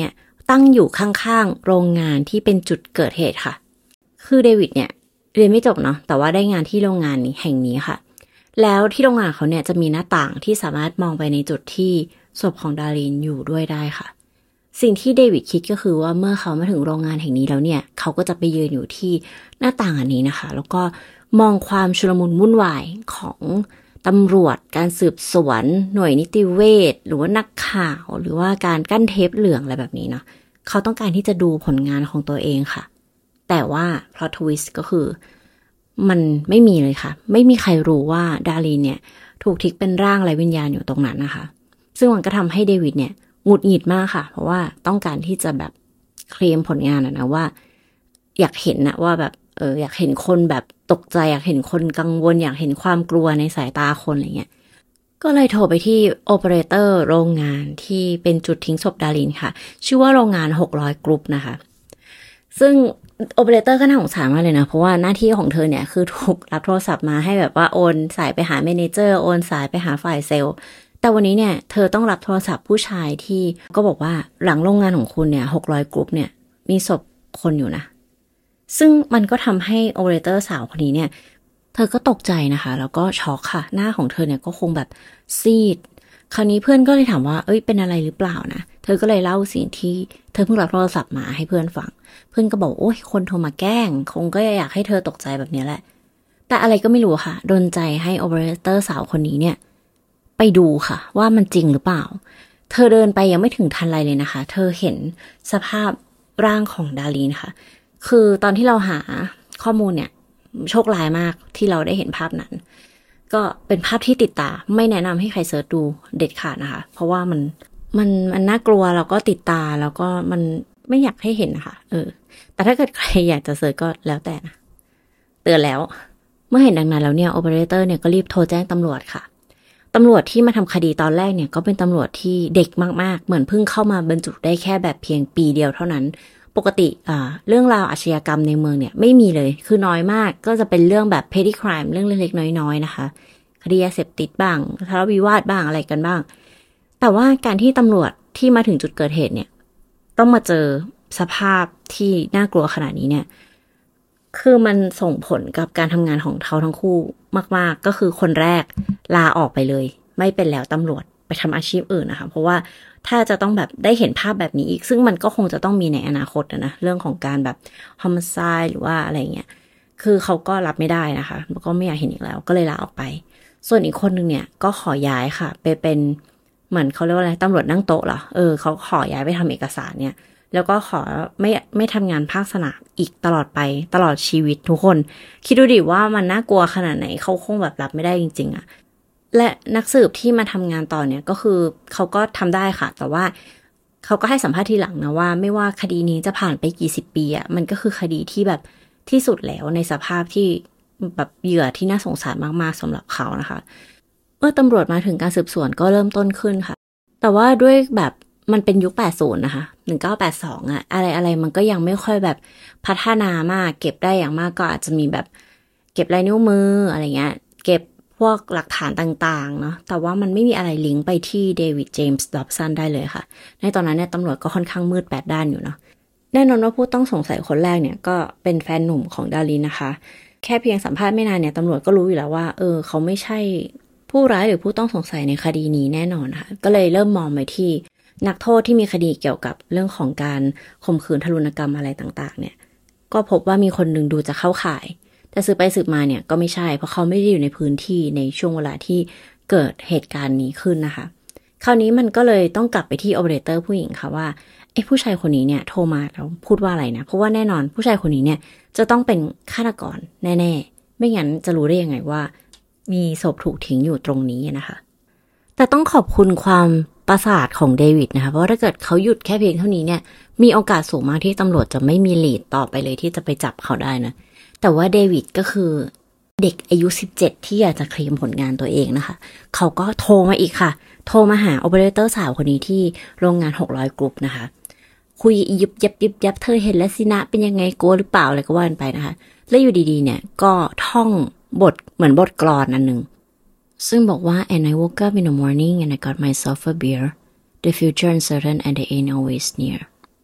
ตั้งอยู่ข้างๆโรงงานที่เป็นจุดเกิดเหตุค่ะคือเดวิดเนี่ยเรียนไม่จบเนาะแต่ว่าได้งานที่โรงงานนี้แห่งนี้ค่ะแล้วที่โรงงานเขาเนี่ยจะมีหน้าต่างที่สามารถมองไปในจุดที่ศพของดารินอยู่ด้วยได้ค่ะสิ่งที่เดวิดคิดก็คือว่าเมื่อเขามาถึงโรงงานแห่งนี้แล้วเนี่ยเขาก็จะไปยืนอยู่ที่หน้าต่างอันนี้นะคะแล้วก็มองความชุลมุนวุ่นวายของตำรวจการสืบสวนหน่วยนิติเวชหรือว่านักข่าวหรือว่าการกั้นเทปเหลืองอะไรแบบนี้เนาะเขาต้องการที่จะดูผลงานของตัวเองค่ะแต่ว่าพล็อตทวิสต์ก็คือมันไม่มีเลยค่ะไม่มีใครรู้ว่าดารินเนี่ยถูกทิ้งเป็นร่างไร้วิญญาณอยู่ตรงนั้นนะคะซึ่งมันก็ทำให้เดวิดเนี่ยหงุดหงิดมากค่ะเพราะว่าต้องการที่จะแบบเคลมผลงานนะว่าอยากเห็นนะว่าแบบอยากเห็นคนแบบตกใจอยากเห็นคนกังวลอยากเห็นความกลัวในสายตาคนอะไรเงี้ยก็เลยโทรไปที่โอเปอเรเตอร์โรงงานที่เป็นจุดทิ้งศพดารินค่ะชื่อว่าโรงงาน600กรุ๊ปนะคะซึ่งโอเปอเรเตอร์ก็น่าสงสารมากเลยนะเพราะว่าหน้าที่ของเธอเนี่ยคือถูกรับโทรศัพท์มาให้แบบว่าโอนสายไปหาเมเนเจอร์โอนสายไปหาฝ่ายเซลล์แต่วันนี้เนี่ยเธอต้องรับโทรศัพท์ผู้ชายที่ก็บอกว่าหลังโรงงานของคุณเนี่ย600กรุ๊ปเนี่ยมีศพคนอยู่นะซึ่งมันก็ทำให้โอเปอเรเตอร์สาวคนนี้เนี่ยเธอก็ตกใจนะคะแล้วก็ช็อกค่ะหน้าของเธอเนี่ยก็คงแบบซีดคราวนี้เพื่อนก็เลยถามว่าเป็นอะไรหรือเปล่านะเธอก็เลยเล่าสิ่งที่เธอเพิ่งรับโทรศัพท์มาให้เพื่อนฟังเพื่อนก็บอกโอ้ยคนโทรมาแกล้งคงก็อยากให้เธอตกใจแบบนี้แหละแต่อะไรก็ไม่รู้ค่ะดลใจให้โอเปอเรเตอร์สาวคนนี้เนี่ยไปดูค่ะว่ามันจริงหรือเปล่าเธอเดินไปยังไม่ถึงทันไรเลยนะคะเธอเห็นสภาพร่างของดารินค่ะคือตอนที่เราหาข้อมูลเนี่ยโชคร้ายมากที่เราได้เห็นภาพนั้นก็เป็นภาพที่ติดตาไม่แนะนำให้ใครเสิร์ชดูเด็ดขาดนะคะเพราะว่ามันน่ากลัวแล้วก็ติดตาแล้วก็มันไม่อยากให้เห็นนะคะแต่ถ้าเกิดใครอยากจะเสิร์ชก็แล้วแต่นะเตือนแล้วเมื่อเห็นดังนั้นแล้วเนี่ยโอเปอเรเตอร์เนี่ยก็รีบโทรแจ้งตำรวจค่ะตำรวจที่มาทำคดีตอนแรกเนี่ยก็เป็นตำรวจที่เด็กมากๆเหมือนเพิ่งเข้ามาบรรจุได้แค่แบบเพียงปีเดียวเท่านั้นปกติเรื่องราวอาชญากรรมในเมืองเนี่ยไม่มีเลยคือน้อยมากก็จะเป็นเรื่องแบบ petty crime เรื่องเล็กๆน้อยๆนะคะคดียาเสพติดบ้างทะเลาะวิวาทบ้างอะไรกันบ้างแต่ว่าการที่ตำรวจที่มาถึงจุดเกิดเหตุเนี่ยต้องมาเจอสภาพที่น่ากลัวขนาดนี้เนี่ยคือมันส่งผลกับการทำงานของเขาทั้งคู่มากๆก็คือคนแรกลาออกไปเลยไม่เป็นแล้วตำรวจไปทำอาชีพอื่นนะคะเพราะว่าถ้าจะต้องแบบได้เห็นภาพแบบนี้อีกซึ่งมันก็คงจะต้องมีในอนาคตนะเรื่องของการแบบ homicide หรือว่าอะไรเงี้ยคือเขาก็รับไม่ได้นะคะแล้วก็ไม่อยากเห็นอีกแล้วก็เลยลาออกไปส่วนอีกคนนึงเนี่ยก็ขอย้ายค่ะไปเป็นเหมือนเขาเรียกว่าอะไรตำรวจนั่งโต๊ะเหรอเขาขอย้ายไปทำเอกสารเนี่ยแล้วก็ขอไม่ทำงานภาคสนามอีกตลอดไปตลอดชีวิตทุกคนคิดดูดิว่ามันน่ากลัวขนาดไหนเขาคงแบบรับไม่ได้จริงๆอะและนักสืบที่มาทำงานต่อเนี่ยก็คือเขาก็ทำได้ค่ะแต่ว่าเขาก็ให้สัมภาษณ์ทีหลังนะว่าไม่ว่าคดีนี้จะผ่านไปกี่สิบปีอะมันก็คือคดีที่แบบที่สุดแล้วในสภาพที่แบบเหยื่อที่น่าสงสารมากๆสำหรับเขานะคะเมื่อตำรวจมาถึงการสืบสวนก็เริ่มต้นขึ้นค่ะแต่ว่าด้วยแบบมันเป็นยุค80นะคะ1982อะอะไรมันก็ยังไม่ค่อยแบบพัฒนามากเก็บได้อย่างมากก็อาจจะมีแบบเก็บลายนิ้วมืออะไรเงี้ยเก็บพวกหลักฐานต่างๆเนาะแต่ว่ามันไม่มีอะไรลิงก์ไปที่เดวิดเจมส์ดอบสันได้เลยค่ะในตอนนั้นเนี่ยตำรวจก็ค่อนข้างมืดแปดด้านอยู่เนาะแน่นอนว่าผู้ต้องสงสัยคนแรกเนี่ยก็เป็นแฟนหนุ่มของดารินนะคะแค่เพียงสัมภาษณ์ไม่นานเนี่ยตำรวจก็รู้อยู่แล้วว่าเขาไม่ใช่ผู้ร้ายหรือผู้ต้องสงสัยในคดีนี้แน่นอนค่ะก็เลยเริ่มมองไปที่นักโทษที่มีคดีเกี่ยวกับเรื่องของการข่มขืนทารุณกรรมอะไรต่างๆเนี่ยก็พบว่ามีคนหนึ่งดูจะเข้าข่ายแต่สืบไปสืบมาเนี่ยก็ไม่ใช่เพราะเขาไม่ได้อยู่ในพื้นที่ในช่วงเวลาที่เกิดเหตุการณ์นี้ขึ้นนะคะคราวนี้มันก็เลยต้องกลับไปที่โอเปอเรเตอร์ผู้หญิงค่ะว่าผู้ชายคนนี้เนี่ยโทรมาแล้วพูดว่าอะไรนะเพราะว่าแน่นอนผู้ชายคนนี้เนี่ยจะต้องเป็นฆาตกรแน่ๆไม่งั้นจะรู้ได้ยังไงว่ามีศพถูกทิ้งอยู่ตรงนี้นะคะแต่ต้องขอบคุณความประสาทของเดวิดนะคะเพราะว่าถ้าเกิดเขาหยุดแค่เพียงเท่านี้เนี่ยมีโอกาสสูงมากที่ตำรวจจะไม่มีลีดต่อไปเลยที่จะไปจับเขาได้นะแต่ว่าเดวิดก็คือเด็กอายุ17ที่อยากจะเคลมผลงานตัวเองนะคะเขาก็โทรมาอีกค่ะโทรมาหาโอเปอเรเตอร์สาวคนนี้ที่โรงงาน600กรุ๊ปนะคะคุยยุบยับเธอเห็นแล้วสินะเป็นยังไงกลัวหรือเปล่าอะไรก็ว่ากันไปนะคะแล้วอยู่ดีๆเนี่ยก็ท่องบทเหมือนบทกลอนอันนึงซึ่งบอกว่า and I woke up in the morning and I got myself a beer the future uncertain and the end always near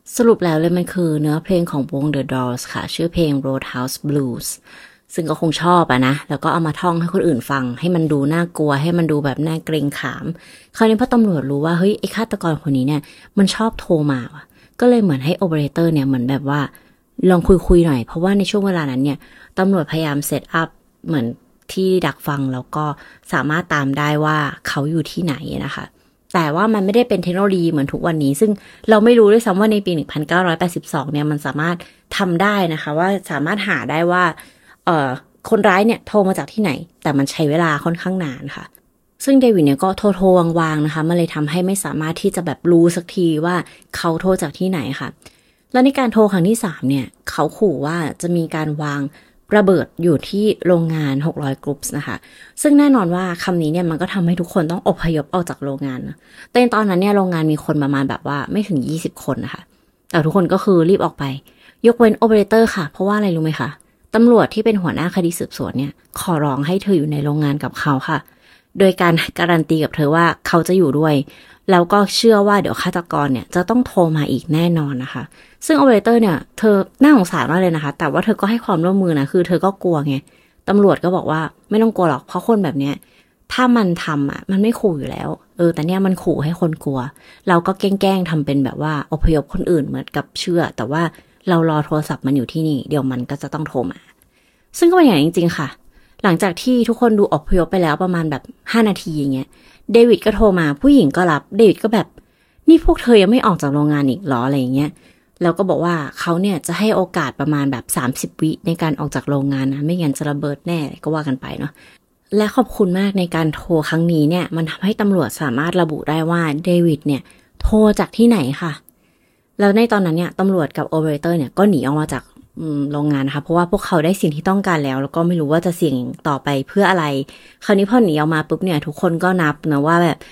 สรุปแล้วเลยมันคือเนื้อเพลงของวง The Doors ค่ะชื่อเพลง Roadhouse Blues ซึ่งก็คงชอบนะแล้วก็เอามาท่องให้คนอื่นฟังให้มันดูน่ากลัวให้มันดูแบบน่าเกรงขามคราวนี้พอตำรวจรู้ว่าเฮ้ยไอ้ฆาตกรคนนี้เนี่ยมันชอบโทรมาว่ะก็เลยเหมือนให้โอเปอเรเตอร์เนี่ยเหมือนแบบว่าลองคุยหน่อยเพราะว่าในช่วงเวลานั้นเนี่ยตำรวจพยายามเซตอัพเหมือนที่ดักฟังแล้วก็สามารถตามได้ว่าเขาอยู่ที่ไหนนะคะแต่ว่ามันไม่ได้เป็นเทคโนโลยีเหมือนทุกวันนี้ซึ่งเราไม่รู้ด้วยซ้ำว่าในปี1982เนี่ยมันสามารถทำได้นะคะว่าสามารถหาได้ว่าคนร้ายเนี่ยโทรมาจากที่ไหนแต่มันใช้เวลาค่อนข้างนานค่ะซึ่งเดวิดเนี่ยก็โทรวางๆนะคะมันเลยทำให้ไม่สามารถที่จะแบบรู้สักทีว่าเขาโทรจากที่ไหนค่ะแล้วในการโทรครั้งที่3เนี่ยเขาขู่ว่าจะมีการวางระเบิดอยู่ที่โรงงาน600กรุ๊ปนะคะซึ่งแน่นอนว่าคำนี้เนี่ยมันก็ทำให้ทุกคนต้องอพยพออกจากโรงงานนะแต่ตอนนั้นเนี่ยโรงงานมีคนประมาณแบบว่าไม่ถึง20คนนะคะแต่ทุกคนก็คือรีบออกไปยกเว้นโอเปอเรเตอร์ค่ะเพราะว่าอะไรรู้ไหมคะตำรวจที่เป็นหัวหน้าคดีสืบสวนเนี่ยขอร้องให้เธออยู่ในโรงงานกับเขาค่ะโดยการการันตีกับเธอว่าเขาจะอยู่ด้วยแล้วก็เชื่อว่าเดี๋ยวฆาตกรเนี่ยจะต้องโทรมาอีกแน่นอนนะคะซึ่งโอเปอเรเตอร์เนี่ยเธอน่าสงสารมากเลยนะคะแต่ว่าเธอก็ให้ความร่วมมือนะคือเธอก็กลัวไงตำรวจก็บอกว่าไม่ต้องกลัวหรอกเพราะคนแบบเนี้ยถ้ามันทำมันไม่ขู่อยู่แล้วแต่เนี่ยมันขู่ให้คนกลัวเราก็แกล้งทำเป็นแบบว่าอพยพคนอื่นเหมือนกับเชื่อแต่ว่าเรารอโทรศัพท์มันอยู่ที่นี่เดี๋ยวมันก็จะต้องโทรมาซึ่งก็เป็นอย่างจริงๆค่ะหลังจากที่ทุกคนดูอพยพไปแล้วประมาณแบบ5นาทีอย่างเงี้ยเดวิดก็โทรมาผู้หญิงก็รับเดวิดก็แบบนี่พวกเธอยังไม่ออกจากโรงงานอีกหรออะไรอย่างเงี้ยแล้วก็บอกว่าเขาเนี่ยจะให้โอกาสประมาณแบบ30วิในการออกจากโรงงานนะไม่งั้นจะระเบิดแน่ก็ว่ากันไปเนาะและขอบคุณมากในการโทรครั้งนี้เนี่ยมันทำให้ตำรวจสามารถระบุได้ว่าเดวิดเนี่ยโทรจากที่ไหนค่ะแล้วในตอนนั้นเนี่ยตำรวจกับโอเปอเรเตอร์เนี่ยก็หนีออกมาจากโรงงานนะคะเพราะว่าพวกเขาได้สิ่งที่ต้องการแล้วก็ไม่รู้ว่าจะเสี่ยงต่อไปเพื่ออะไรคราวนี้พอหนีออกมาปุ๊บเนี่ยทุกคนก็นับนะว่าแบบ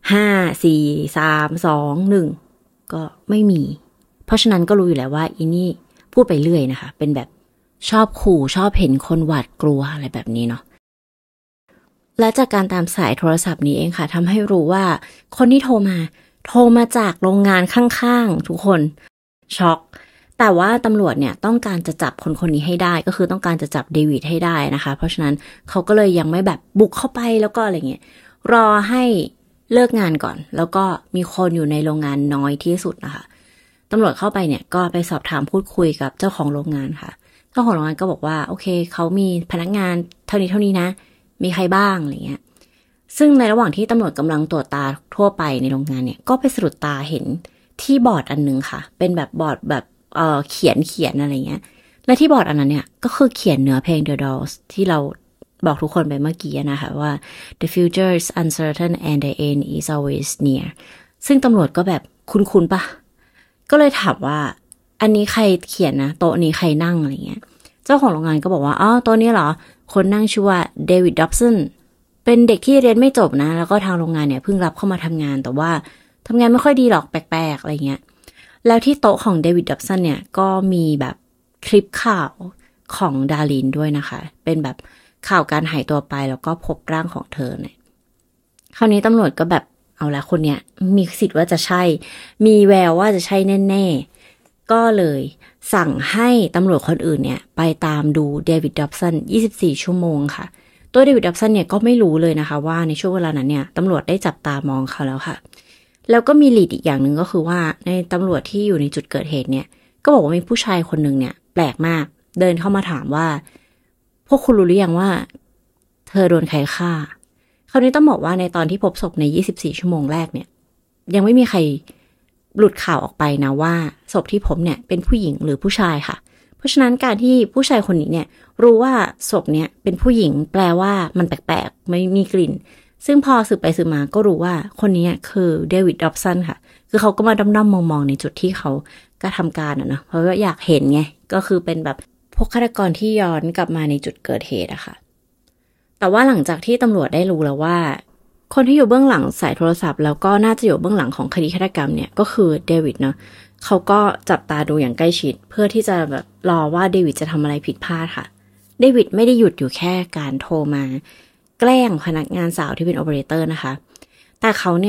5 4 3 2 1ก็ไม่มีเพราะฉะนั้นก็รู้อยู่แล้วว่าอีนี่พูดไปเรื่อยนะคะเป็นแบบชอบขู่ชอบเห็นคนหวาดกลัวอะไรแบบนี้เนาะและจากการตามสายโทรศัพท์นี้เองค่ะทำให้รู้ว่าคนที่โทรมาจากโรงงานข้างๆทุกคนช็อกแต่ว่าตำรวจเนี่ยต้องการจะจับคนนี้ให้ได้ก็คือต้องการจะจับเดวิดให้ได้นะคะเพราะฉะนั้นเขาก็เลยยังไม่แบบบุกเข้าไปแล้วก็อะไรเงี้ยรอให้เลิกงานก่อนแล้วก็มีคนอยู่ในโรงงานน้อยที่สุดนะคะตำรวจเข้าไปเนี่ยก็ไปสอบถามพูดคุยกับเจ้าของโรงงานค่ะเจ้าของโรงงานก็บอกว่าโอเคเขามีพนักงานเท่านี้นะมีใครบ้างอะไรเงี้ยซึ่งในระหว่างที่ตำรวจกำลังตรวจตาทั่วไปในโรงงานเนี่ยก็ไปสะดุดตาเห็นที่บอร์ดอันนึงค่ะเป็นแบบบอร์ดแบบเขียนอะไรเงี้ยและที่บอร์ดอันนั้นเนี่ยก็คือเขียนเนื้อเพลง The Doors ที่เราบอกทุกคนไปเมื่อกี้นะคะว่า The future is uncertain and the end is always near ซึ่งตำรวจก็แบบคุ้นปะก็เลยถามว่าอันนี้ใครเขียนนะโต๊ะนี้ใครนั่งอะไรเงี้ยเจ้าของโรงงานก็บอกว่าโต๊ะนี้เหรอคนนั่งชื่อว่าเดวิดด็อบสันเป็นเด็กที่เรียนไม่จบนะแล้วก็ทางโรงงานเนี่ยเพิ่งรับเข้ามาทำงานแต่ว่าทำงานไม่ค่อยดีหรอกแปลกๆอะไรเงี้ยแล้วที่โต๊ะของเดวิดด็อบสันเนี่ยก็มีแบบคลิปข่าวของดารินด้วยนะคะเป็นแบบข่าวการหายตัวไปแล้วก็พบร่างของเธอเนี่ยคราวนี้ตำรวจก็แบบเอาละคนเนี้ยมีสิทธิ์ว่าจะใช่มีแววว่าจะใช่แน่ๆก็เลยสั่งให้ตำรวจคนอื่นเนี่ยไปตามดูเดวิดด็อบสัน24ชั่วโมงค่ะตัวเดวิดด็อบสันเนี่ยก็ไม่รู้เลยนะคะว่าในช่วงเวลานั้นเนี่ยตำรวจได้จับตามองเขาแล้วค่ะแล้วก็มีลีดอีกอย่างหนึ่งก็คือว่าในตำรวจที่อยู่ในจุดเกิดเหตุเนี่ยก็บอกว่ามีผู้ชายคนหนึ่งเนี่ยแปลกมากเดินเข้ามาถามว่าพวกคุณรู้หรือยังว่าเธอโดนใครฆ่าคราวนี้ต้องบอกว่าในตอนที่พบศพใน24ชั่วโมงแรกเนี่ยยังไม่มีใครหลุดข่าวออกไปนะว่าศพที่พบเนี่ยเป็นผู้หญิงหรือผู้ชายค่ะเพราะฉะนั้นการที่ผู้ชายคนนี้เนี่ยรู้ว่าศพเนี่ยเป็นผู้หญิงแปลว่ามันแปลกๆไม่มีกลิ่นซึ่งพอสืบไปสืบมาก็รู้ว่าคนนี้คือเดวิดด็อบสันค่ะคือเขาก็มาด้อมๆมองๆในจุดที่เขาก็ทำการนะเพราะว่าอยากเห็นไงก็คือเป็นแบบพวกฆาตกรที่ย้อนกลับมาในจุดเกิดเหตุอะค่ะแต่ว่าหลังจากที่ตำรวจได้รู้แล้วว่าคนที่อยู่เบื้องหลังสายโทรศัพท์แล้วก็น่าจะอยู่เบื้องหลังของคดีฆาตกรรมเนี่ยก็คือเดวิดเนาะเขาก็จับตาดูอย่างใกล้ชิดเพื่อที่จะแบบรอว่าเดวิดจะทำอะไรผิดพลาดค่ะเดวิดไม่ได้หยุดอยู่แค่การโทรมาแกล้งพนักงานสาวที่เป็นโอเปอเรเตอร์นะคะแต่เขาเนี่ย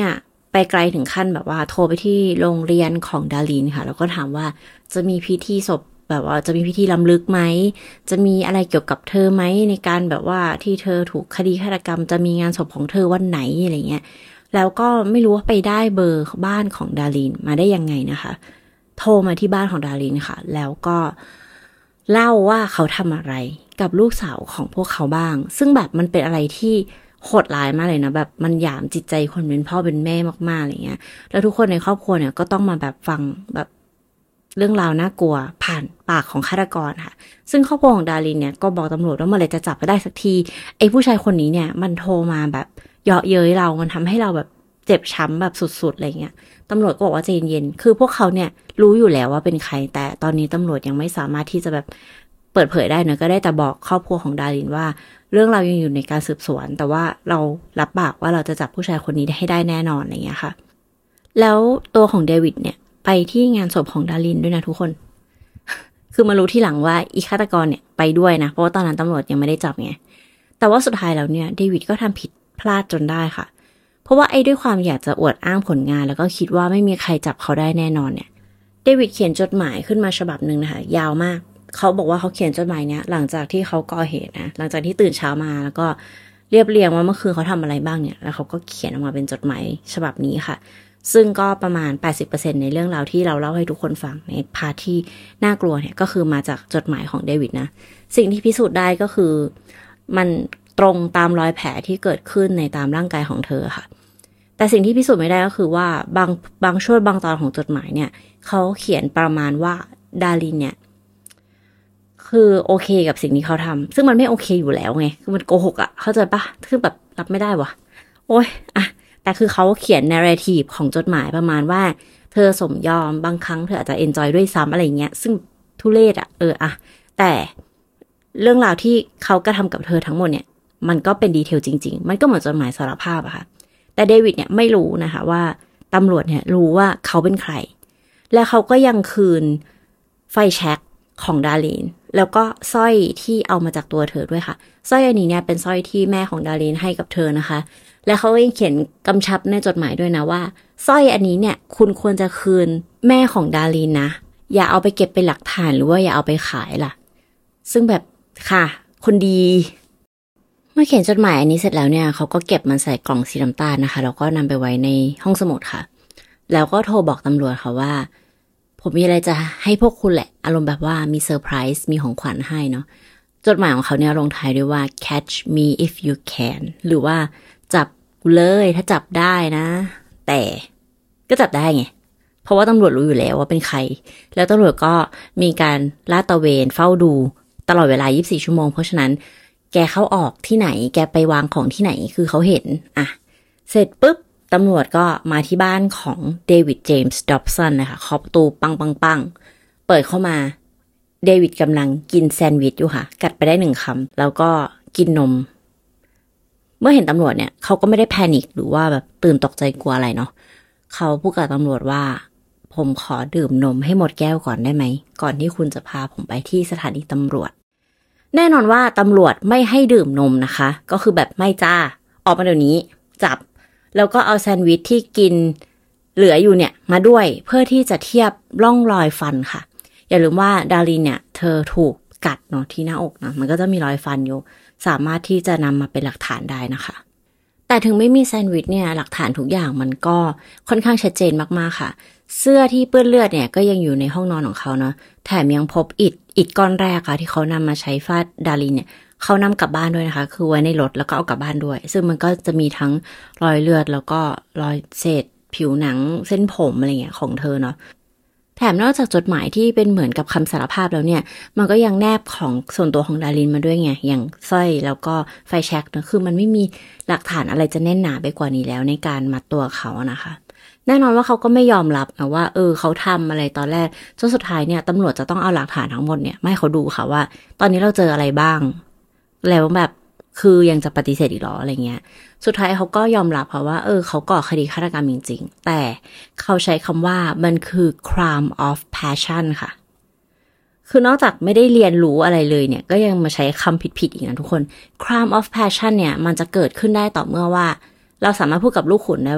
ไปไกลถึงขั้นแบบว่าโทรไปที่โรงเรียนของดารินค่ะแล้วก็ถามว่าจะมีพิธีศพแบบว่าจะมีพิธีรำลึกไหมจะมีอะไรเกี่ยวกับเธอไหมในการแบบว่าที่เธอถูกคดีฆาตกรรมจะมีงานศพของเธอวันไหนอะไรเงี้ยแล้วก็ไม่รู้ว่าไปได้เบอร์บ้านของดารินมาได้ยังไงนะคะโทรมาที่บ้านของดารินค่ะแล้วก็เล่าว่าเขาทำอะไรกับลูกสาวของพวกเขาบ้างซึ่งแบบมันเป็นอะไรที่โหดร้ายมากเลยนะแบบมันหยามจิตใจคนเป็นพ่อเป็นแม่มากๆอะไรเงี้ยแล้วทุกคนในครอบครัวเนี่ยก็ต้องมาแบบฟังแบบเรื่องราวน่ากลัวผ่านปากของฆาตกรค่ะซึ่งครอบครัวของดารินเนี่ยก็บอกตำรวจว่าเมื่อไหร่จะจับได้สักทีไอ้ผู้ชายคนนี้เนี่ยมันโทรมาแบบเยาะเย้ยเรามันทำให้เราแบบเจ็บช้ำแบบสุดๆอะไรเงี้ยตำรวจก็บอกว่าใจเย็นๆคือพวกเขาเนี่ยรู้อยู่แล้วว่าเป็นใครแต่ตอนนี้ตำรวจยังไม่สามารถที่จะแบบเปิดเผยได้นะก็ได้แต่บอกครอบครัวของดารินว่าเรื่องเรายังอยู่ในการสืบสวนแต่ว่าเรารับปากว่าเราจะจับผู้ชายคนนี้ให้ได้แน่นอนอะไรเงี้ยค่ะแล้วตัวของเดวิดเนี่ยไปที่งานศพของดารินด้วยนะทุกคน คือมารู้ที่หลังว่าอีฆาตกรเนี่ยไปด้วยนะเพราะว่าตอนนั้นตำรวจยังไม่ได้จับไงแต่ว่าสุดท้ายแล้วเนี่ยเดวิดก็ทำผิดพลาดจนได้ค่ะเพราะว่าด้วยความอยากจะอวดอ้างผลงานแล้วก็คิดว่าไม่มีใครจับเขาได้แน่นอนเนี่ยเดวิดเขียนจดหมายขึ้นมาฉบับนึงนะคะยาวมากเขาบอกว่าเขาเขียนจดหมายเนี้ยหลังจากที่เขาก่อเหตุนะหลังจากที่ตื่นเช้ามาแล้วก็เรียบเรียงว่าเมื่อคืนเขาทำอะไรบ้างเนี่ยแล้วเขาก็เขียนออกมาเป็นจดหมายฉบับนี้ค่ะซึ่งก็ประมาณ 80% ในเรื่องราวที่เราเล่าให้ทุกคนฟังในพาร์ทที่น่ากลัวเนี่ยก็คือมาจากจดหมายของเดวิดนะสิ่งที่พิสูจน์ได้ก็คือมันตรงตามรอยแผลที่เกิดขึ้นในตามร่างกายของเธอค่ะแต่สิ่งที่พิสูจน์ไม่ได้ก็คือว่าบางช่วงบางตอนของจดหมายเนี่ยเขาเขียนประมาณว่าดารินเนี่ยคือโอเคกับสิ่งที่เขาทำซึ่งมันไม่โอเคอยู่แล้วไงคือมันโกหกอะเข้าใจปะคือแบบรับไม่ได้วะโอ๊ยอะแต่คือเขาเขียน narrative ของจดหมายประมาณว่าเธอสมยอมบางครั้งเธออาจจะ enjoy ด้วยซ้ำอะไรเงี้ยซึ่งทุเรศอะอะแต่เรื่องราวที่เขากระทำกับเธอทั้งหมดเนี่ยมันก็เป็นดีเทลจริงๆมันก็เหมือนจดหมายสารภาพอะค่ะแต่เดวิดเนี่ยไม่รู้นะคะว่าตำรวจเนี่ยรู้ว่าเขาเป็นใครและเขาก็ยังคืนไฟแช็กของดารินแล้วก็สร้อยที่เอามาจากตัวเธอด้วยค่ะสร้อยอันนี้เนี่ยเป็นสร้อยที่แม่ของดารินให้กับเธอนะคะแล้วเขายังเขียนกำชับในจดหมายด้วยนะว่าสร้อยอันนี้เนี่ยคุณควรจะคืนแม่ของดารินนะอย่าเอาไปเก็บเป็นหลักฐานหรือว่าอย่าเอาไปขายล่ะซึ่งแบบค่ะคนดีเมื่อเขียนจดหมายอันนี้เสร็จแล้วเนี่ยเขาก็เก็บมันใส่กล่องสีน้ำตาลนะคะแล้วก็นำไปไว้ในห้องสมุดค่ะแล้วก็โทรบอกตำรวจค่ะว่าผมมีอะไรจะให้พวกคุณแหละอารมณ์แบบว่ามีเซอร์ไพรส์มีของขวัญให้เนาะจดหมายของเขาเนี่ยลงท้ายด้วยว่า catch me if you can หรือว่าจับเลยถ้าจับได้นะแต่ก็จับได้ไงเพราะว่าตำรวจรู้อยู่แล้วว่าเป็นใครแล้วตำรวจก็มีการลาดตระเวนเฝ้าดูตลอดเวลา24ชั่วโมงเพราะฉะนั้นแกเข้าออกที่ไหนแกไปวางของที่ไหนคือเขาเห็นเสร็จปุ๊บตำรวจก็มาที่บ้านของเดวิดเจมส์ดอบสันนะคะเคาะประตูปังปังปังเปิดเข้ามาเดวิดกำลังกินแซนด์วิชอยู่ค่ะกัดไปได้1 คำแล้วก็กินนมเมื่อเห็นตำรวจเนี่ยเขาก็ไม่ได้แพนิคหรือว่าแบบตื่นตกใจกลัวอะไรเนาะเขาพูดกับตำรวจว่าผมขอดื่มนมให้หมดแก้วก่อนได้ไหมก่อนที่คุณจะพาผมไปที่สถานีตำรวจแน่นอนว่าตำรวจไม่ให้ดื่มนมนะคะก็คือแบบไม่จ้าออกมาเดี๋ยวนี้จับแล้วก็เอาแซนด์วิชที่กินเหลืออยู่เนี่ยมาด้วยเพื่อที่จะเทียบร่องรอยฟันค่ะอย่าลืมว่าดารินเนี่ยเธอถูกกัดเนาะที่หน้าอกนะมันก็จะมีรอยฟันอยู่สามารถที่จะนำมาเป็นหลักฐานได้นะคะแต่ถึงไม่มีแซนด์วิชเนี่ยหลักฐานทุกอย่างมันก็ค่อนข้างชัดเจนมากๆค่ะเสื้อที่เปื้อนเลือดเนี่ยก็ยังอยู่ในห้องนอนของเขาเนาะแถมยังพบอิฐก้อนแรกค่ะที่เขานำมาใช้ฟาดดารินเนี่ยเขานำกลับบ้านด้วยนะคะคือไว้ในรถแล้วก็เอากลับบ้านด้วยซึ่งมันก็จะมีทั้งรอยเลือดแล้วก็รอยเศษผิวหนังเส้นผมอะไรเงี้ยของเธอเนาะแถมนอกจากจดหมายที่เป็นเหมือนกับคำสารภาพแล้วเนี่ยมันก็ยังแนบของส่วนตัวของดารินมาด้วยไงอย่างสร้อยแล้วก็ไฟแช็กนะคือมันไม่มีหลักฐานอะไรจะแน่นหนาไปกว่านี้แล้วในการมัดตัวเขานะคะแน่นอนว่าเขาก็ไม่ยอมรับนะว่าเขาทำอะไรตอนแรกจนสุดท้ายเนี่ยตำรวจจะต้องเอาหลักฐานทั้งหมดเนี่ยมาให้เขาดูค่ะว่าตอนนี้เราเจออะไรบ้างแล้วแบบคือยังจะปฏิเสธอีกหรออะไรเงี้ยสุดท้ายเขาก็ยอมรับค่ะว่าเขาก่อคดีฆาตกรรมจริงๆแต่เขาใช้คำว่ามันคือ crime of passion ค่ะคือนอกจากไม่ได้เรียนรู้อะไรเลยเนี่ยก็ยังมาใช้คำผิดๆอีกนะทุกคน crime of passion เนี่ยมันจะเกิดขึ้นได้ต่อเมื่อว่าเราสามารถพูดกับลูกขุนได้ว่า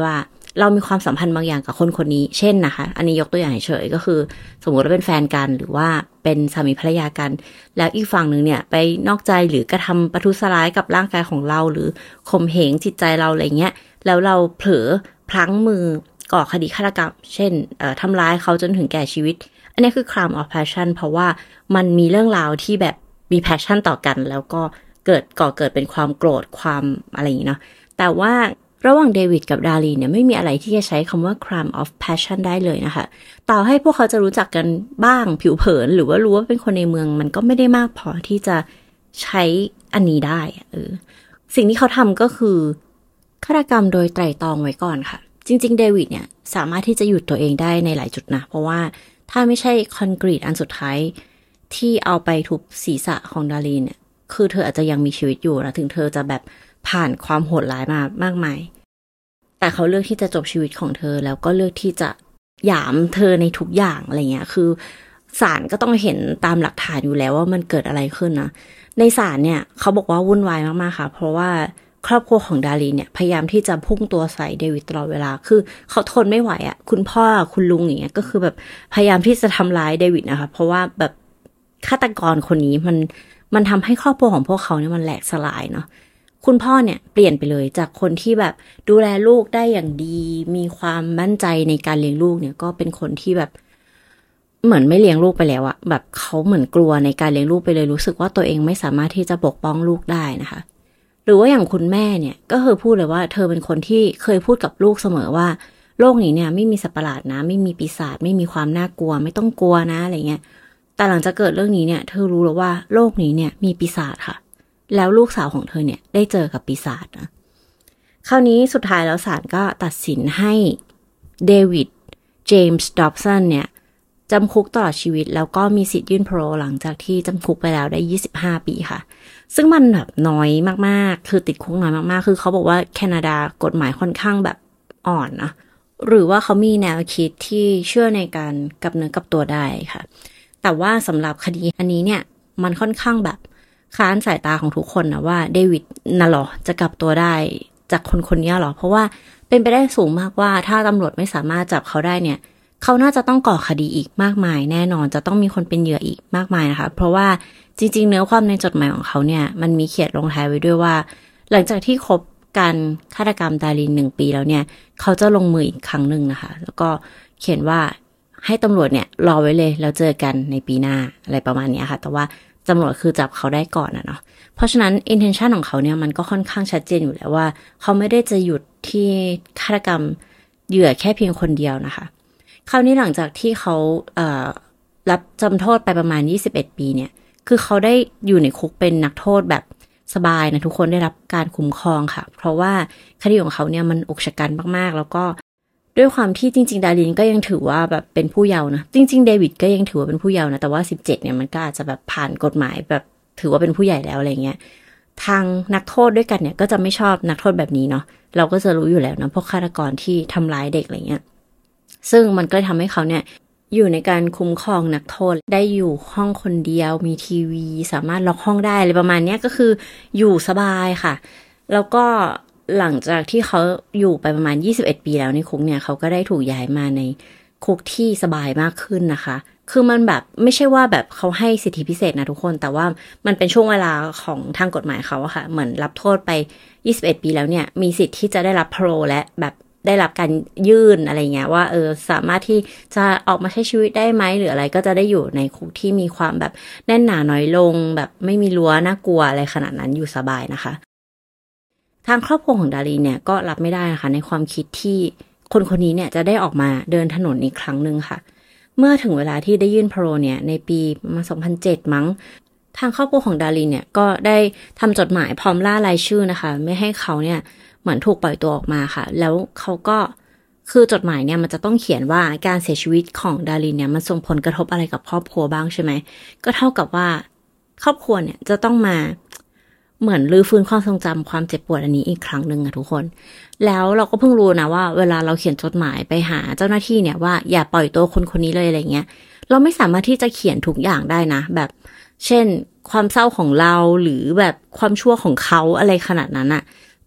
เรามีความสัมพันธ์บางอย่างกับคนคนนี้เช่นนะคะอันนี้ยกตัวอย่างเฉยๆก็คือสมมติว่าเป็นแฟนกันหรือว่าเป็นสามีภรรยากันแล้วอีกฝั่งหนึ่งเนี่ยไปนอกใจหรือกระทำประทุษร้ายกับร่างกายของเราหรือข่มเหงจิตใจเราอะไรเงี้ยแล้วเราเผลอพลั้งมือก่อคดีฆาตกรรมเช่นทำร้ายเขาจนถึงแก่ชีวิตอันนี้คือ crime of passion เพราะว่ามันมีเรื่องราวที่แบบมี passion ต่อกันแล้วก็เกิดเป็นความโกรธความอะไรอย่างนี้เนาะแต่ว่าระหว่างเดวิดกับดารีเนี่ยไม่มีอะไรที่จะใช้คำว่า crime of passion ได้เลยนะคะต่อให้พวกเขาจะรู้จักกันบ้างผิวเผินหรือว่ารู้ว่าเป็นคนในเมืองมันก็ไม่ได้มากพอที่จะใช้อันนี้ได้สิ่งที่เขาทำก็คือฆาตกรรมโดยไตร่ตรองไว้ก่อนค่ะจริงๆเดวิดเนี่ยสามารถที่จะหยุดตัวเองได้ในหลายจุดนะเพราะว่าถ้าไม่ใช่คอนกรีตอันสุดท้ายที่เอาไปทุบศีรษะของดารีเนี่ยคือเธออาจจะยังมีชีวิตอยู่นะถึงเธอจะแบบผ่านความโหดร้ายมามากมายแต่เขาเลือกที่จะจบชีวิตของเธอแล้วก็เลือกที่จะหยามเธอในทุกอย่างอะไรเงี้ยคือศาลก็ต้องเห็นตามหลักฐานอยู่แล้วว่ามันเกิดอะไรขึ้นนะในศาลเนี่ยเขาบอกว่าวุ่นวายมากๆค่ะเพราะว่าครอบครัวของดารีเนี่ยพยายามที่จะพุ่งตัวใส่เดวิดตลอดเวลาคือเขาทนไม่ไหวอ่ะคุณพ่อคุณลุงอย่างเงี้ยก็คือแบบพยายามที่จะทำร้ายเดวิดนะคะเพราะว่าแบบฆาตกรคนนี้มันทำให้ครอบครัวของพวกเขาเนี่ยมันแหลกสลายเนาะคุณพ่อเนี่ยเปลี่ยนไปเลยจากคนที่แบบดูแลลูกได้อย่างดีมีความมั่นใจในการเลี้ยงลูกเนี่ยก็เป็นคนที่แบบเหมือนไม่เลี้ยงลูกไปแล้วอะแบบเขาเหมือนกลัวในการเลี้ยงลูกไปเลยรู้สึกว่าตัวเองไม่สามารถที่จะปกป้องลูกได้นะคะหรือว่าอย่างคุณแม่เนี่ยก็เคยพูดเลยว่าเธอเป็นคนที่เคยพูดกับลูกเสมอว่าโลกนี้เนี่ยไม่มีสัตว์ประหลาดนะไม่มีปีศาจไม่มีความน่ากลัวไม่ต้องกลัวนะอะไรเงี้ยแต่หลังจากเกิดเรื่องนี้เนี่ยเธอรู้แล้วว่าโลกนี้เนี่ยมีปีศาจค่ะแล้วลูกสาวของเธอเนี่ยได้เจอกับปีศาจนะคราวนี้สุดท้ายแล้วศาลก็ตัดสินให้เดวิดเจมส์ดอบสันเนี่ยจำคุกตลอดชีวิตแล้วก็มีสิทธิ์ยื่นพาโรลหลังจากที่จำคุกไปแล้วได้25ปีค่ะซึ่งมันแบบน้อยมากๆคือติดคุกน้อยมากๆคือเขาบอกว่าแคนาดากฎหมายค่อนข้างแบบอ่อนนะหรือว่าเขามีแนวคิดที่เชื่อในการกลับเนื้อกลับตัวได้ค่ะแต่ว่าสำหรับคดีอันนี้เนี่ยมันค่อนข้างแบบค้านสายตาของทุกคนนะว่าเดวิดน่ะหรอจะกลับตัวได้จากคนนี้หรอเพราะว่าเป็นไปได้สูงมากว่าถ้าตำรวจไม่สามารถจับเขาได้เนี่ยเขาน่าจะต้องก่อคดีอีกมากมายแน่นอนจะต้องมีคนเป็นเหยื่ออีกมากมายนะคะเพราะว่าจริงๆเนื้อความในจดหมายของเขาเนี่ยมันมีเขียนลงท้ายไว้ด้วยว่าหลังจากที่คบการฆาตกรรมดาริน1 ปีแล้วเนี่ยเขาจะลงมืออีกครั้งหนึ่งนะคะแล้วก็เขียนว่าให้ตำรวจเนี่ยรอไว้เลยแล้วเจอกันในปีหน้าอะไรประมาณนี้ค่ะแต่ว่าตำรวจคือจับเขาได้ก่อนเนาะเพราะฉะนั้น intention ของเขาเนี่ยมันก็ค่อนข้างชัดเจนอยู่แล้วว่าเขาไม่ได้จะหยุดที่ฆาตกรรมเหยื่อแค่เพียงคนเดียวนะคะคราวนี้หลังจากที่เขารับจำโทษไปประมาณ21 ปีเนี่ยคือเขาได้อยู่ในคุกเป็นนักโทษแบบสบายนะทุกคนได้รับการคุ้มครองค่ะเพราะว่าคดีของเขาเนี่ยมันอุกชะกันมากๆแล้วก็ด้วยความที่จริงๆดารินก็ยังถือว่าแบบเป็นผู้เยาว์นะจริงๆเดวิดก็ยังถือว่าเป็นผู้เยาว์นะแต่ว่า17เนี่ยมันก็อาจจะแบบผ่านกฎหมายแบบถือว่าเป็นผู้ใหญ่แล้วอะไรเงี้ยทางนักโทษด้วยกันเนี่ยก็จะไม่ชอบนักโทษแบบนี้เนาะเราก็จะรู้อยู่แล้วนะพวกฆาตกรที่ทำร้ายเด็กอะไรเงี้ยซึ่งมันก็ทำให้เขาเนี่ยอยู่ในการคุ้มครองนักโทษได้อยู่ห้องคนเดียวมีทีวีสามารถล็อกห้องได้อะไรประมาณนี้ก็คืออยู่สบายค่ะแล้วก็หลังจากที่เขาอยู่ไปประมาณ21 ปีแล้วในคุกเนี่ยเขาก็ได้ถูกย้ายมาในคุกที่สบายมากขึ้นนะคะคือมันแบบไม่ใช่ว่าแบบเขาให้สิทธิพิเศษนะทุกคนแต่ว่ามันเป็นช่วงเวลาของทางกฎหมายเขาอะค่ะเหมือนรับโทษไป21 ปีแล้วเนี่ยมีสิทธิ์ที่จะได้รับพาโรลและแบบได้รับการยื่นอะไรเงี้ยว่าสามารถที่จะออกมาใช้ชีวิตได้ไหมหรืออะไรก็จะได้อยู่ในคุกที่มีความแบบแน่นหนาน้อยลงแบบไม่มีรั้วน่ากลัวอะไรขนาดนั้นอยู่สบายนะคะทางครอบครัวของดารีเนี่ยก็รับไม่ได้นะคะในความคิดที่คนนี้เนี่ยจะได้ออกมาเดินถนนอีกครั้งนึงค่ะเมื่อถึงเวลาที่ได้ยื่นพาโรลเนี่ยในปี2007มั้งทางครอบครัวของดารินเนี่ยก็ได้ทำจดหมายพร้อมล่ารายชื่อนะคะไม่ให้เขาเนี่ยเหมือนถูกปล่อยตัวออกมาค่ะแล้วเขาก็คือจดหมายเนี่ยมันจะต้องเขียนว่าการเสียชีวิตของดารินเนี่ยมันส่งผลกระทบอะไรกับครอบครัวบ้างใช่ไหมก็เท่ากับว่าครอบครัวเนี่ยจะต้องมาเหมือนรื้อฟื้นความทรงจำความเจ็บปวดอันนี้อีกครั้งนึงอะทุกคนแล้วเราก็เพิ่งรู้นะว่าเวลาเราเขียนจดหมายไปหาเจ้าหน้าที่เนี่ยว่าอย่าปล่อยตัวคนนี้เลยอะไรเงี้ยเราไม่สามารถที่จะเขียนทุกอย่างได้นะแบบเช่นความเศร้าของเราหรือแบบความชั่วของเขาอะไรขนาดนั้นอะ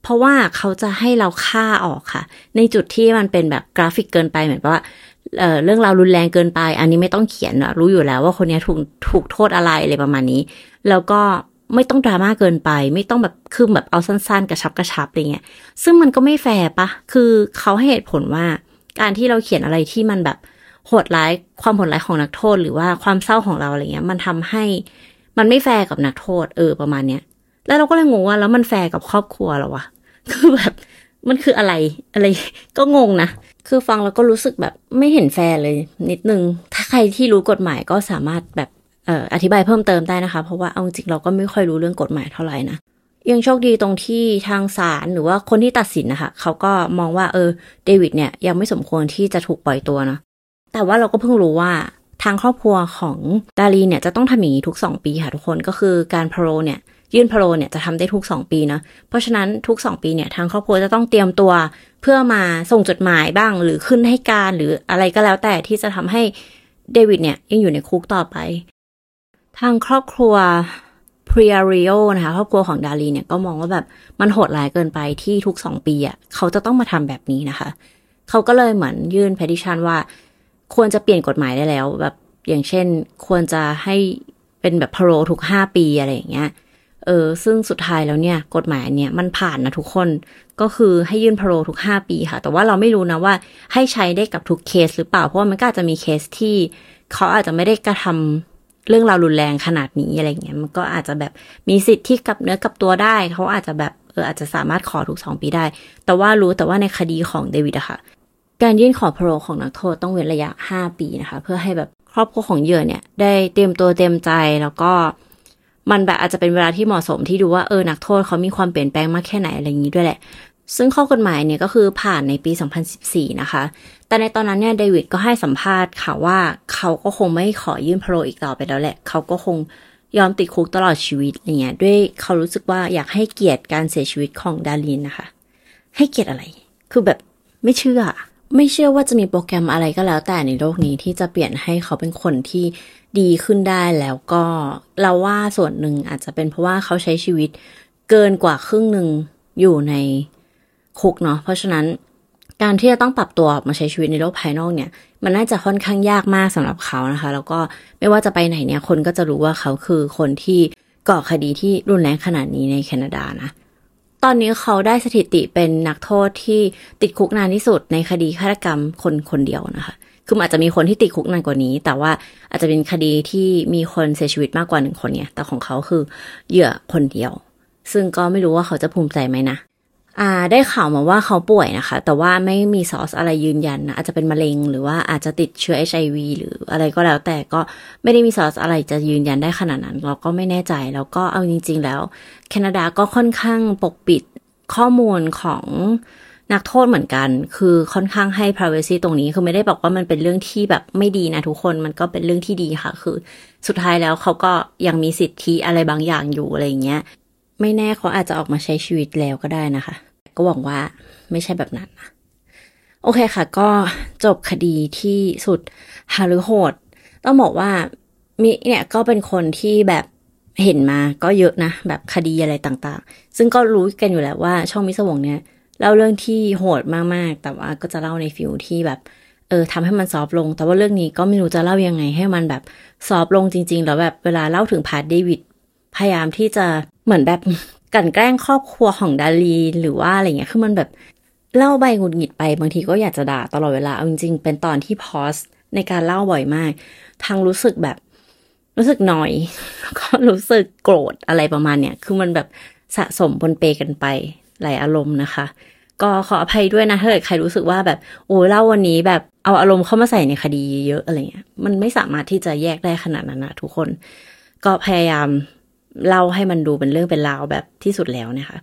เพราะว่าเขาจะให้เราฆ่าออกค่ะในจุดที่มันเป็นแบบกราฟิกเกินไปเหมือนว่าเรื่องราวรุนแรงเกินไปอันนี้ไม่ต้องเขียนรู้อยู่แล้วว่าคนนี้ถูกโทษอะไรประมาณนี้แล้วก็ไม่ต้องดราม่าเกินไปไม่ต้องแบบคือแบบเอาสั้นๆกระชับอะไรเงี้ยซึ่งมันก็ไม่แฟร์ปะคือเขาให้เหตุผลว่าการที่เราเขียนอะไรที่มันแบบโหดร้ายความโหดร้ายของนักโทษหรือว่าความเศร้าของเราอะไรเงี้ยมันทำให้มันไม่แฟร์กับนักโทษประมาณเนี้ยแล้วเราก็เลยงงว่าแล้วมันแฟร์กับครอบครัวเหรอวะคือแบบมันคืออะไรก็งงนะคือฟังแล้วก็รู้สึกแบบไม่เห็นแฟร์เลยนิดนึงถ้าใครที่รู้กฎหมายก็สามารถแบบอธิบายเพิ่มเติมได้นะคะเพราะว่าเอาจริงเราก็ไม่ค่อยรู้เรื่องกฎหมายเท่าไหร่นะยังโชคดีตรงที่ทางศาลหรือว่าคนที่ตัดสินนะคะเขาก็มองว่าเดวิดเนี่ยยังไม่สมควรที่จะถูกปล่อยตัวเนาะแต่ว่าเราก็เพิ่งรู้ว่าทางครอบครัวของดารีเนี่ยจะต้องทำอย่างนี้ทุก2 ปีค่ะทุกคนก็คือการพาโรเนี่ยยื่นพาโรเนี่ยจะทำได้ทุก2 ปีนะเพราะฉะนั้นทุก2 ปีเนี่ยทางครอบครัวจะต้องเตรียมตัวเพื่อมาส่งจดหมายบ้างหรือขึ้นให้การหรืออะไรก็แล้วแต่ที่จะทำให้เดวิดเนี่ยยังอยู่ในคุกต่อไปทางครอบครัวพรีอาริโอนะคะครอบครัวของดารีเนี่ยก็มองว่าแบบมันโหดร้ายเกินไปที่ทุก2 ปีเขาจะต้องมาทำแบบนี้นะคะเขาก็เลยเหมือนยื่น petition ว่าควรจะเปลี่ยนกฎหมายได้แล้วแบบอย่างเช่นควรจะให้เป็นแบบพาโรทุก5 ปีอะไรอย่างเงี้ยซึ่งสุดท้ายแล้วเนี่ยกฎหมายเนี่ยมันผ่านนะทุกคนก็คือให้ยื่นพาโรทุก5 ปีค่ะแต่ว่าเราไม่รู้นะว่าให้ใช้ได้กับทุกเคสหรือเปล่าเพราะว่ามันก็อาจจะมีเคสที่เขาอาจจะไม่ได้กระทำเรื่องราวรุนแรงขนาดนี้อะไรเงี้ยมันก็อาจจะแบบมีสิทธิ์ที่กลับเนื้อกลับตัวได้เขาอาจจะแบบอาจจะสามารถขอทุก2 ปีได้แต่ว่าในคดีของเดวิดอะค่ะการยื่นขอพาโรของนักโทษต้องเว้นระยะ5 ปีนะคะเพื่อให้แบบครอบครัวของเหยื่อเนี่ยได้เตรียมตัวเตรียมใจแล้วก็มันแบบอาจจะเป็นเวลาที่เหมาะสมที่ดูว่านักโทษเขามีความเปลี่ยนแปลงมากแค่ไหนอะไรอย่างนี้ด้วยแหละซึ่งข้อกฎหมายเนี่ยก็คือผ่านในปี2014นะคะแต่ในตอนนั้นเนี่ยเดวิดก็ให้สัมภาษณ์ค่ะว่าเขาก็คงไม่ขอยื่นพาโรอีกต่อไปแล้วแหละเขาก็คงยอมติดคุกตลอดชีวิตอะไรเงี้ยด้วยเขารู้สึกว่าอยากให้เกียรติการเสียชีวิตของดารินนะคะให้เกียรติอะไรคือแบบไม่เชื่อว่าจะมีโปรแกรมอะไรก็แล้วแต่ในโลกนี้ที่จะเปลี่ยนให้เขาเป็นคนที่ดีขึ้นได้แล้วก็เราว่าส่วนหนึ่งอาจจะเป็นเพราะว่าเขาใช้ชีวิตเกินกว่าครึ่งหนึ่งอยู่ในคุกเนาะเพราะฉะนั้นการที่จะต้องปรับตัวมาใช้ชีวิตในโลกภายนอกเนี่ยมันน่าจะค่อนข้างยากมากสำหรับเขานะคะแล้วก็ไม่ว่าจะไปไหนเนี่ยคนก็จะรู้ว่าเขาคือคนที่ก่อคดีที่รุนแรงขนาดนี้ในแคนาดานะตอนนี้เขาได้สถิติเป็นนักโทษที่ติดคุกนานที่สุดในคดีฆาตกรรมคนเดียวนะคะคืออาจจะมีคนที่ติดคุกนานกว่านี้แต่ว่าอาจจะเป็นคดีที่มีคนเสียชีวิตมากกว่า1 คนเนี่ยแต่ของเขาคือเหยื่อคนเดียวซึ่งก็ไม่รู้ว่าเขาจะภูมิใจไหมนะได้ข่าวมาว่าเขาป่วยนะคะแต่ว่าไม่มีซอสอะไรยืนยันนะอาจจะเป็นมะเร็งหรือว่าอาจจะติดเชื้อ HIV หรืออะไรก็แล้วแต่ก็ไม่ได้มีซอสอะไรจะยืนยันได้ขนาดนั้นเราก็ไม่แน่ใจแล้วก็เอาจริงๆแล้วแคนาดาก็ค่อนข้างปกปิดข้อมูลของนักโทษเหมือนกันคือค่อนข้างให้ privacy ตรงนี้คือไม่ได้บอกว่ามันเป็นเรื่องที่แบบไม่ดีนะทุกคนมันก็เป็นเรื่องที่ดีค่ะคือสุดท้ายแล้วเขาก็ยังมีสิทธิอะไรบางอย่างอยู่อะไรอย่างเงี้ยไม่แน่เขาอาจจะออกมาใช้ชีวิตแล้วก็ได้นะคะก็หวังว่าไม่ใช่แบบนั้นนะโอเคค่ะก็จบคดีที่สุดหฤโหดต้องบอกว่ามิเนี่ยก็เป็นคนที่แบบเห็นมาก็เยอะนะแบบคดีอะไรต่างๆซึ่งก็รู้กันอยู่แล้วว่าช่องมิสวงเนี่ยเล่าเรื่องที่โหดมากๆแต่ว่าก็จะเล่าในฟิลที่แบบทำให้มันซอฟลงแต่ว่าเรื่องนี้ก็ไม่รู้จะเล่ายังไงให้มันแบบซอฟลงจริงๆแล้วแบบเวลาเล่าถึงพาร์ทเดวิดพยายามที่จะเหมือนแบบกลั่นแกล้งครอบครัวของดารีหรือว่าอะไรเงี้ยคือมันแบบเล่าใบหงุดหงิดไปบางทีก็อยากจะด่าตลอดเวลาเอาจริงๆเป็นตอนที่พอสในการเล่าบ่อยมากทั้งรู้สึกหน่อยแล้วก็รู้สึกโกรธอะไรประมาณเนี้ยคือมันแบบสะสมปนเปกันไปหลายอารมณ์นะคะก็ขออภัยด้วยนะถ้าเกิดใครรู้สึกว่าแบบโอ้เล่าวันนี้แบบเอาอารมณ์เข้ามาใส่ในคดีเยอะอะไรเงี้ยมันไม่สามารถที่จะแยกได้ขนาดนั้นนะทุกคนก็พยายามเล่าให้มันดูเป็นเรื่องเป็นราวแบบที่สุดแล้วนะคะ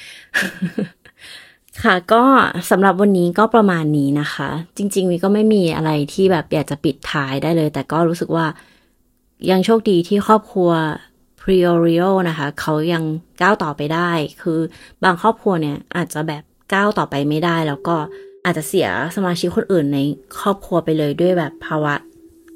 ค่ะก็สำหรับวันนี้ก็ประมาณนี้นะคะจริงๆวิก็ไม่มีอะไรที่แบบอยากจะปิดท้ายได้เลยแต่ก็รู้สึกว่ายังโชคดีที่ครอบครัว Priorio นะคะเขายังก้าวต่อไปได้คือบางครอบครัวเนี่ยอาจจะแบบก้าวต่อไปไม่ได้แล้วก็อาจจะเสียสมาชิกคนอื่นในครอบครัวไปเลยด้วยแบบภาวะ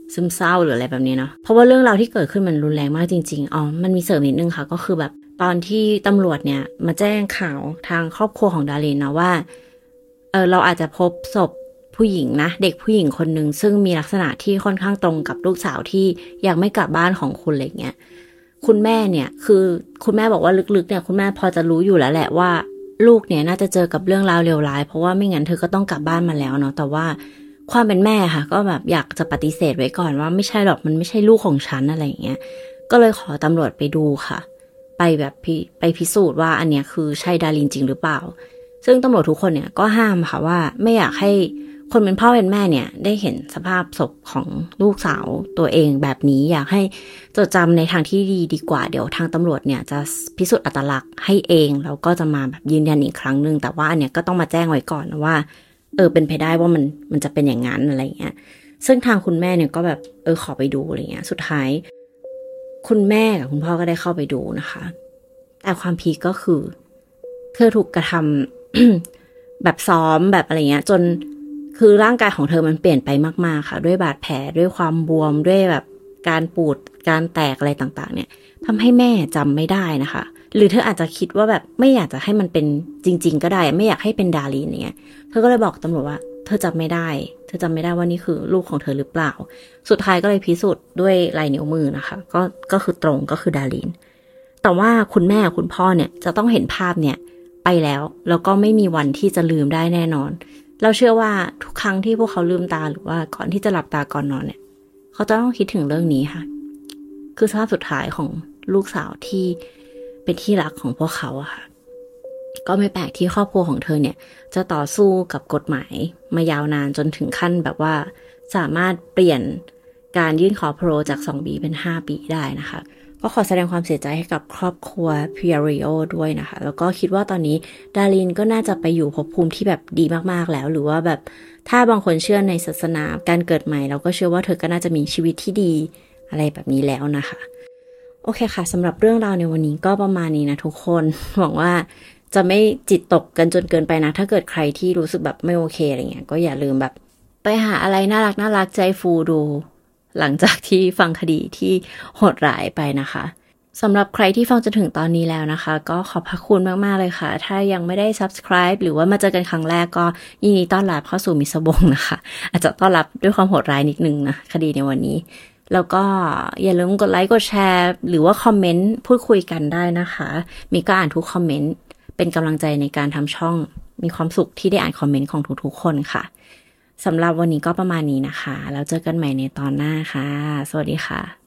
ซึมเศร้าหรืออะไรแบบนี้เนาะเพราะว่าเรื่องราวที่เกิดขึ้นมันรุนแรงมากจริงๆมันมีเสริมนิดนึงค่ะก็คือแบบตอนที่ตำรวจเนี่ยมาแจ้งข่าวทางครอบครัวของดารินนะว่าเราอาจจะพบศพผู้หญิงนะเด็กผู้หญิงคนหนึ่งซึ่งมีลักษณะที่ค่อนข้างตรงกับลูกสาวที่ยังไม่กลับบ้านของคุณอะไรเงี้ยคุณแม่เนี่ยคือคุณแม่บอกว่าลึกๆเนี่ยคุณแม่พอจะรู้อยู่แล้วแหละว่าลูกเนี่ยน่าจะเจอกับเรื่องราวเลวร้ายเพราะว่าไม่งั้นเธอก็ต้องกลับบ้านมาแล้วเนาะแต่ว่าความเป็นแม่ค่ะก็แบบอยากจะปฏิเสธไว้ก่อนว่าไม่ใช่หรอกมันไม่ใช่ลูกของฉันอะไรอย่างเงี้ยก็เลยขอตำรวจไปดูค่ะไปแบบไปพิสูจน์ว่าอันเนี้ยคือใช่ดารินจริงหรือเปล่าซึ่งตำรวจทุกคนเนี่ยก็ห้ามค่ะว่าไม่อยากให้คนเป็นพ่อเป็นแม่เนี่ยได้เห็นสภาพศพของลูกสาวตัวเองแบบนี้อยากให้จดจำในทางที่ดีกว่าเดี๋ยวทางตำรวจเนี่ยจะพิสูจน์อัตลักษณ์ให้เองแล้วก็จะมาแบบยืนยันอีกครั้งนึงแต่ว่าอันเนี้ยก็ต้องมาแจ้งไว้ก่อนนะว่าเป็นไปได้ว่ามันจะเป็นอย่างนั้นอะไรเงี้ยซึ่งทางคุณแม่เนี่ยก็แบบขอไปดูอะไรเงี้ยสุดท้ายคุณแม่กับคุณพ่อก็ได้เข้าไปดูนะคะแต่ความพีคก็คือเธอถูกกระทำ แบบซ้อมแบบอะไรเงี้ยจนคือร่างกายของเธอมันเปลี่ยนไปมากๆค่ะด้วยบาดแผลด้วยความบวมด้วยแบบการปูดการแตกอะไรต่างๆเนี่ยทำให้แม่จำไม่ได้นะคะหรือเธออาจจะคิดว่าแบบไม่อยากจะให้มันเป็นจริงๆก็ได้ไม่อยากให้เป็นดารินเนี่ยเธอก็เลยบอกตำรวจว่าเธอจำไม่ได้ว่านี่คือลูกของเธอหรือเปล่าสุดท้ายก็เลยพิสูจน์ด้วยลายนิ้วมือนะคะก็คือตรงก็คือดารินแต่ว่าคุณแม่คุณพ่อเนี่ยจะต้องเห็นภาพเนี่ยไปแล้วก็ไม่มีวันที่จะลืมได้แน่นอนเราเชื่อว่าทุกครั้งที่พวกเขาลืมตาหรือว่าก่อนที่จะหลับตาก่อนนอนเนี่ยเขาจะต้องคิดถึงเรื่องนี้ค่ะคือสภาพสุดท้ายของลูกสาวที่เป็นที่รักของพวกเขาอะค่ะก็ไม่แปลกที่ครอบครัวของเธอเนี่ยจะต่อสู้กับกฎหมายมายาวนานจนถึงขั้นแบบว่าสามารถเปลี่ยนการยื่นขอพาโรจาก2 ปีเป็น5 ปีได้นะคะก็ขอแสดงความเสียใจให้กับครอบครัวพิอาริโอด้วยนะคะแล้วก็คิดว่าตอนนี้ดารินก็น่าจะไปอยู่ภพภูมิที่แบบดีมากๆแล้วหรือว่าแบบถ้าบางคนเชื่อในศาสนาการเกิดใหม่เราก็เชื่อว่าเธอก็น่าจะมีชีวิตที่ดีอะไรแบบนี้แล้วนะคะโอเคค่ะสำหรับเรื่องราวในวันนี้ก็ประมาณนี้นะทุกคนหวังว่าจะไม่จิตตกกันจนเกินไปนะถ้าเกิดใครที่รู้สึกแบบไม่โอเคอะไรเงี้ยก็อย่าลืมแบบไปหาอะไรน่ารักใจฟูดูหลังจากที่ฟังคดีที่โหดร้ายไปนะคะสำหรับใครที่ฟังจนถึงตอนนี้แล้วนะคะก็ขอบพระคุณมากๆเลยค่ะถ้ายังไม่ได้ subscribe หรือว่ามาเจอกันครั้งแรกก็ยินดีต้อนรับเข้าสู่มิสบงนะคะอาจจะต้อนรับด้วยความโหดร้ายนิดนึงนะคดีในวันนี้แล้วก็อย่าลืมกดไลค์กดแชร์หรือว่าคอมเมนต์พูดคุยกันได้นะคะมีก็อ่านทุกคอมเมนต์เป็นกำลังใจในการทำช่องมีความสุขที่ได้อ่านคอมเมนต์ของทุกๆคนค่ะสำหรับวันนี้ก็ประมาณนี้นะคะแล้วเจอกันใหม่ในตอนหน้าค่ะสวัสดีค่ะ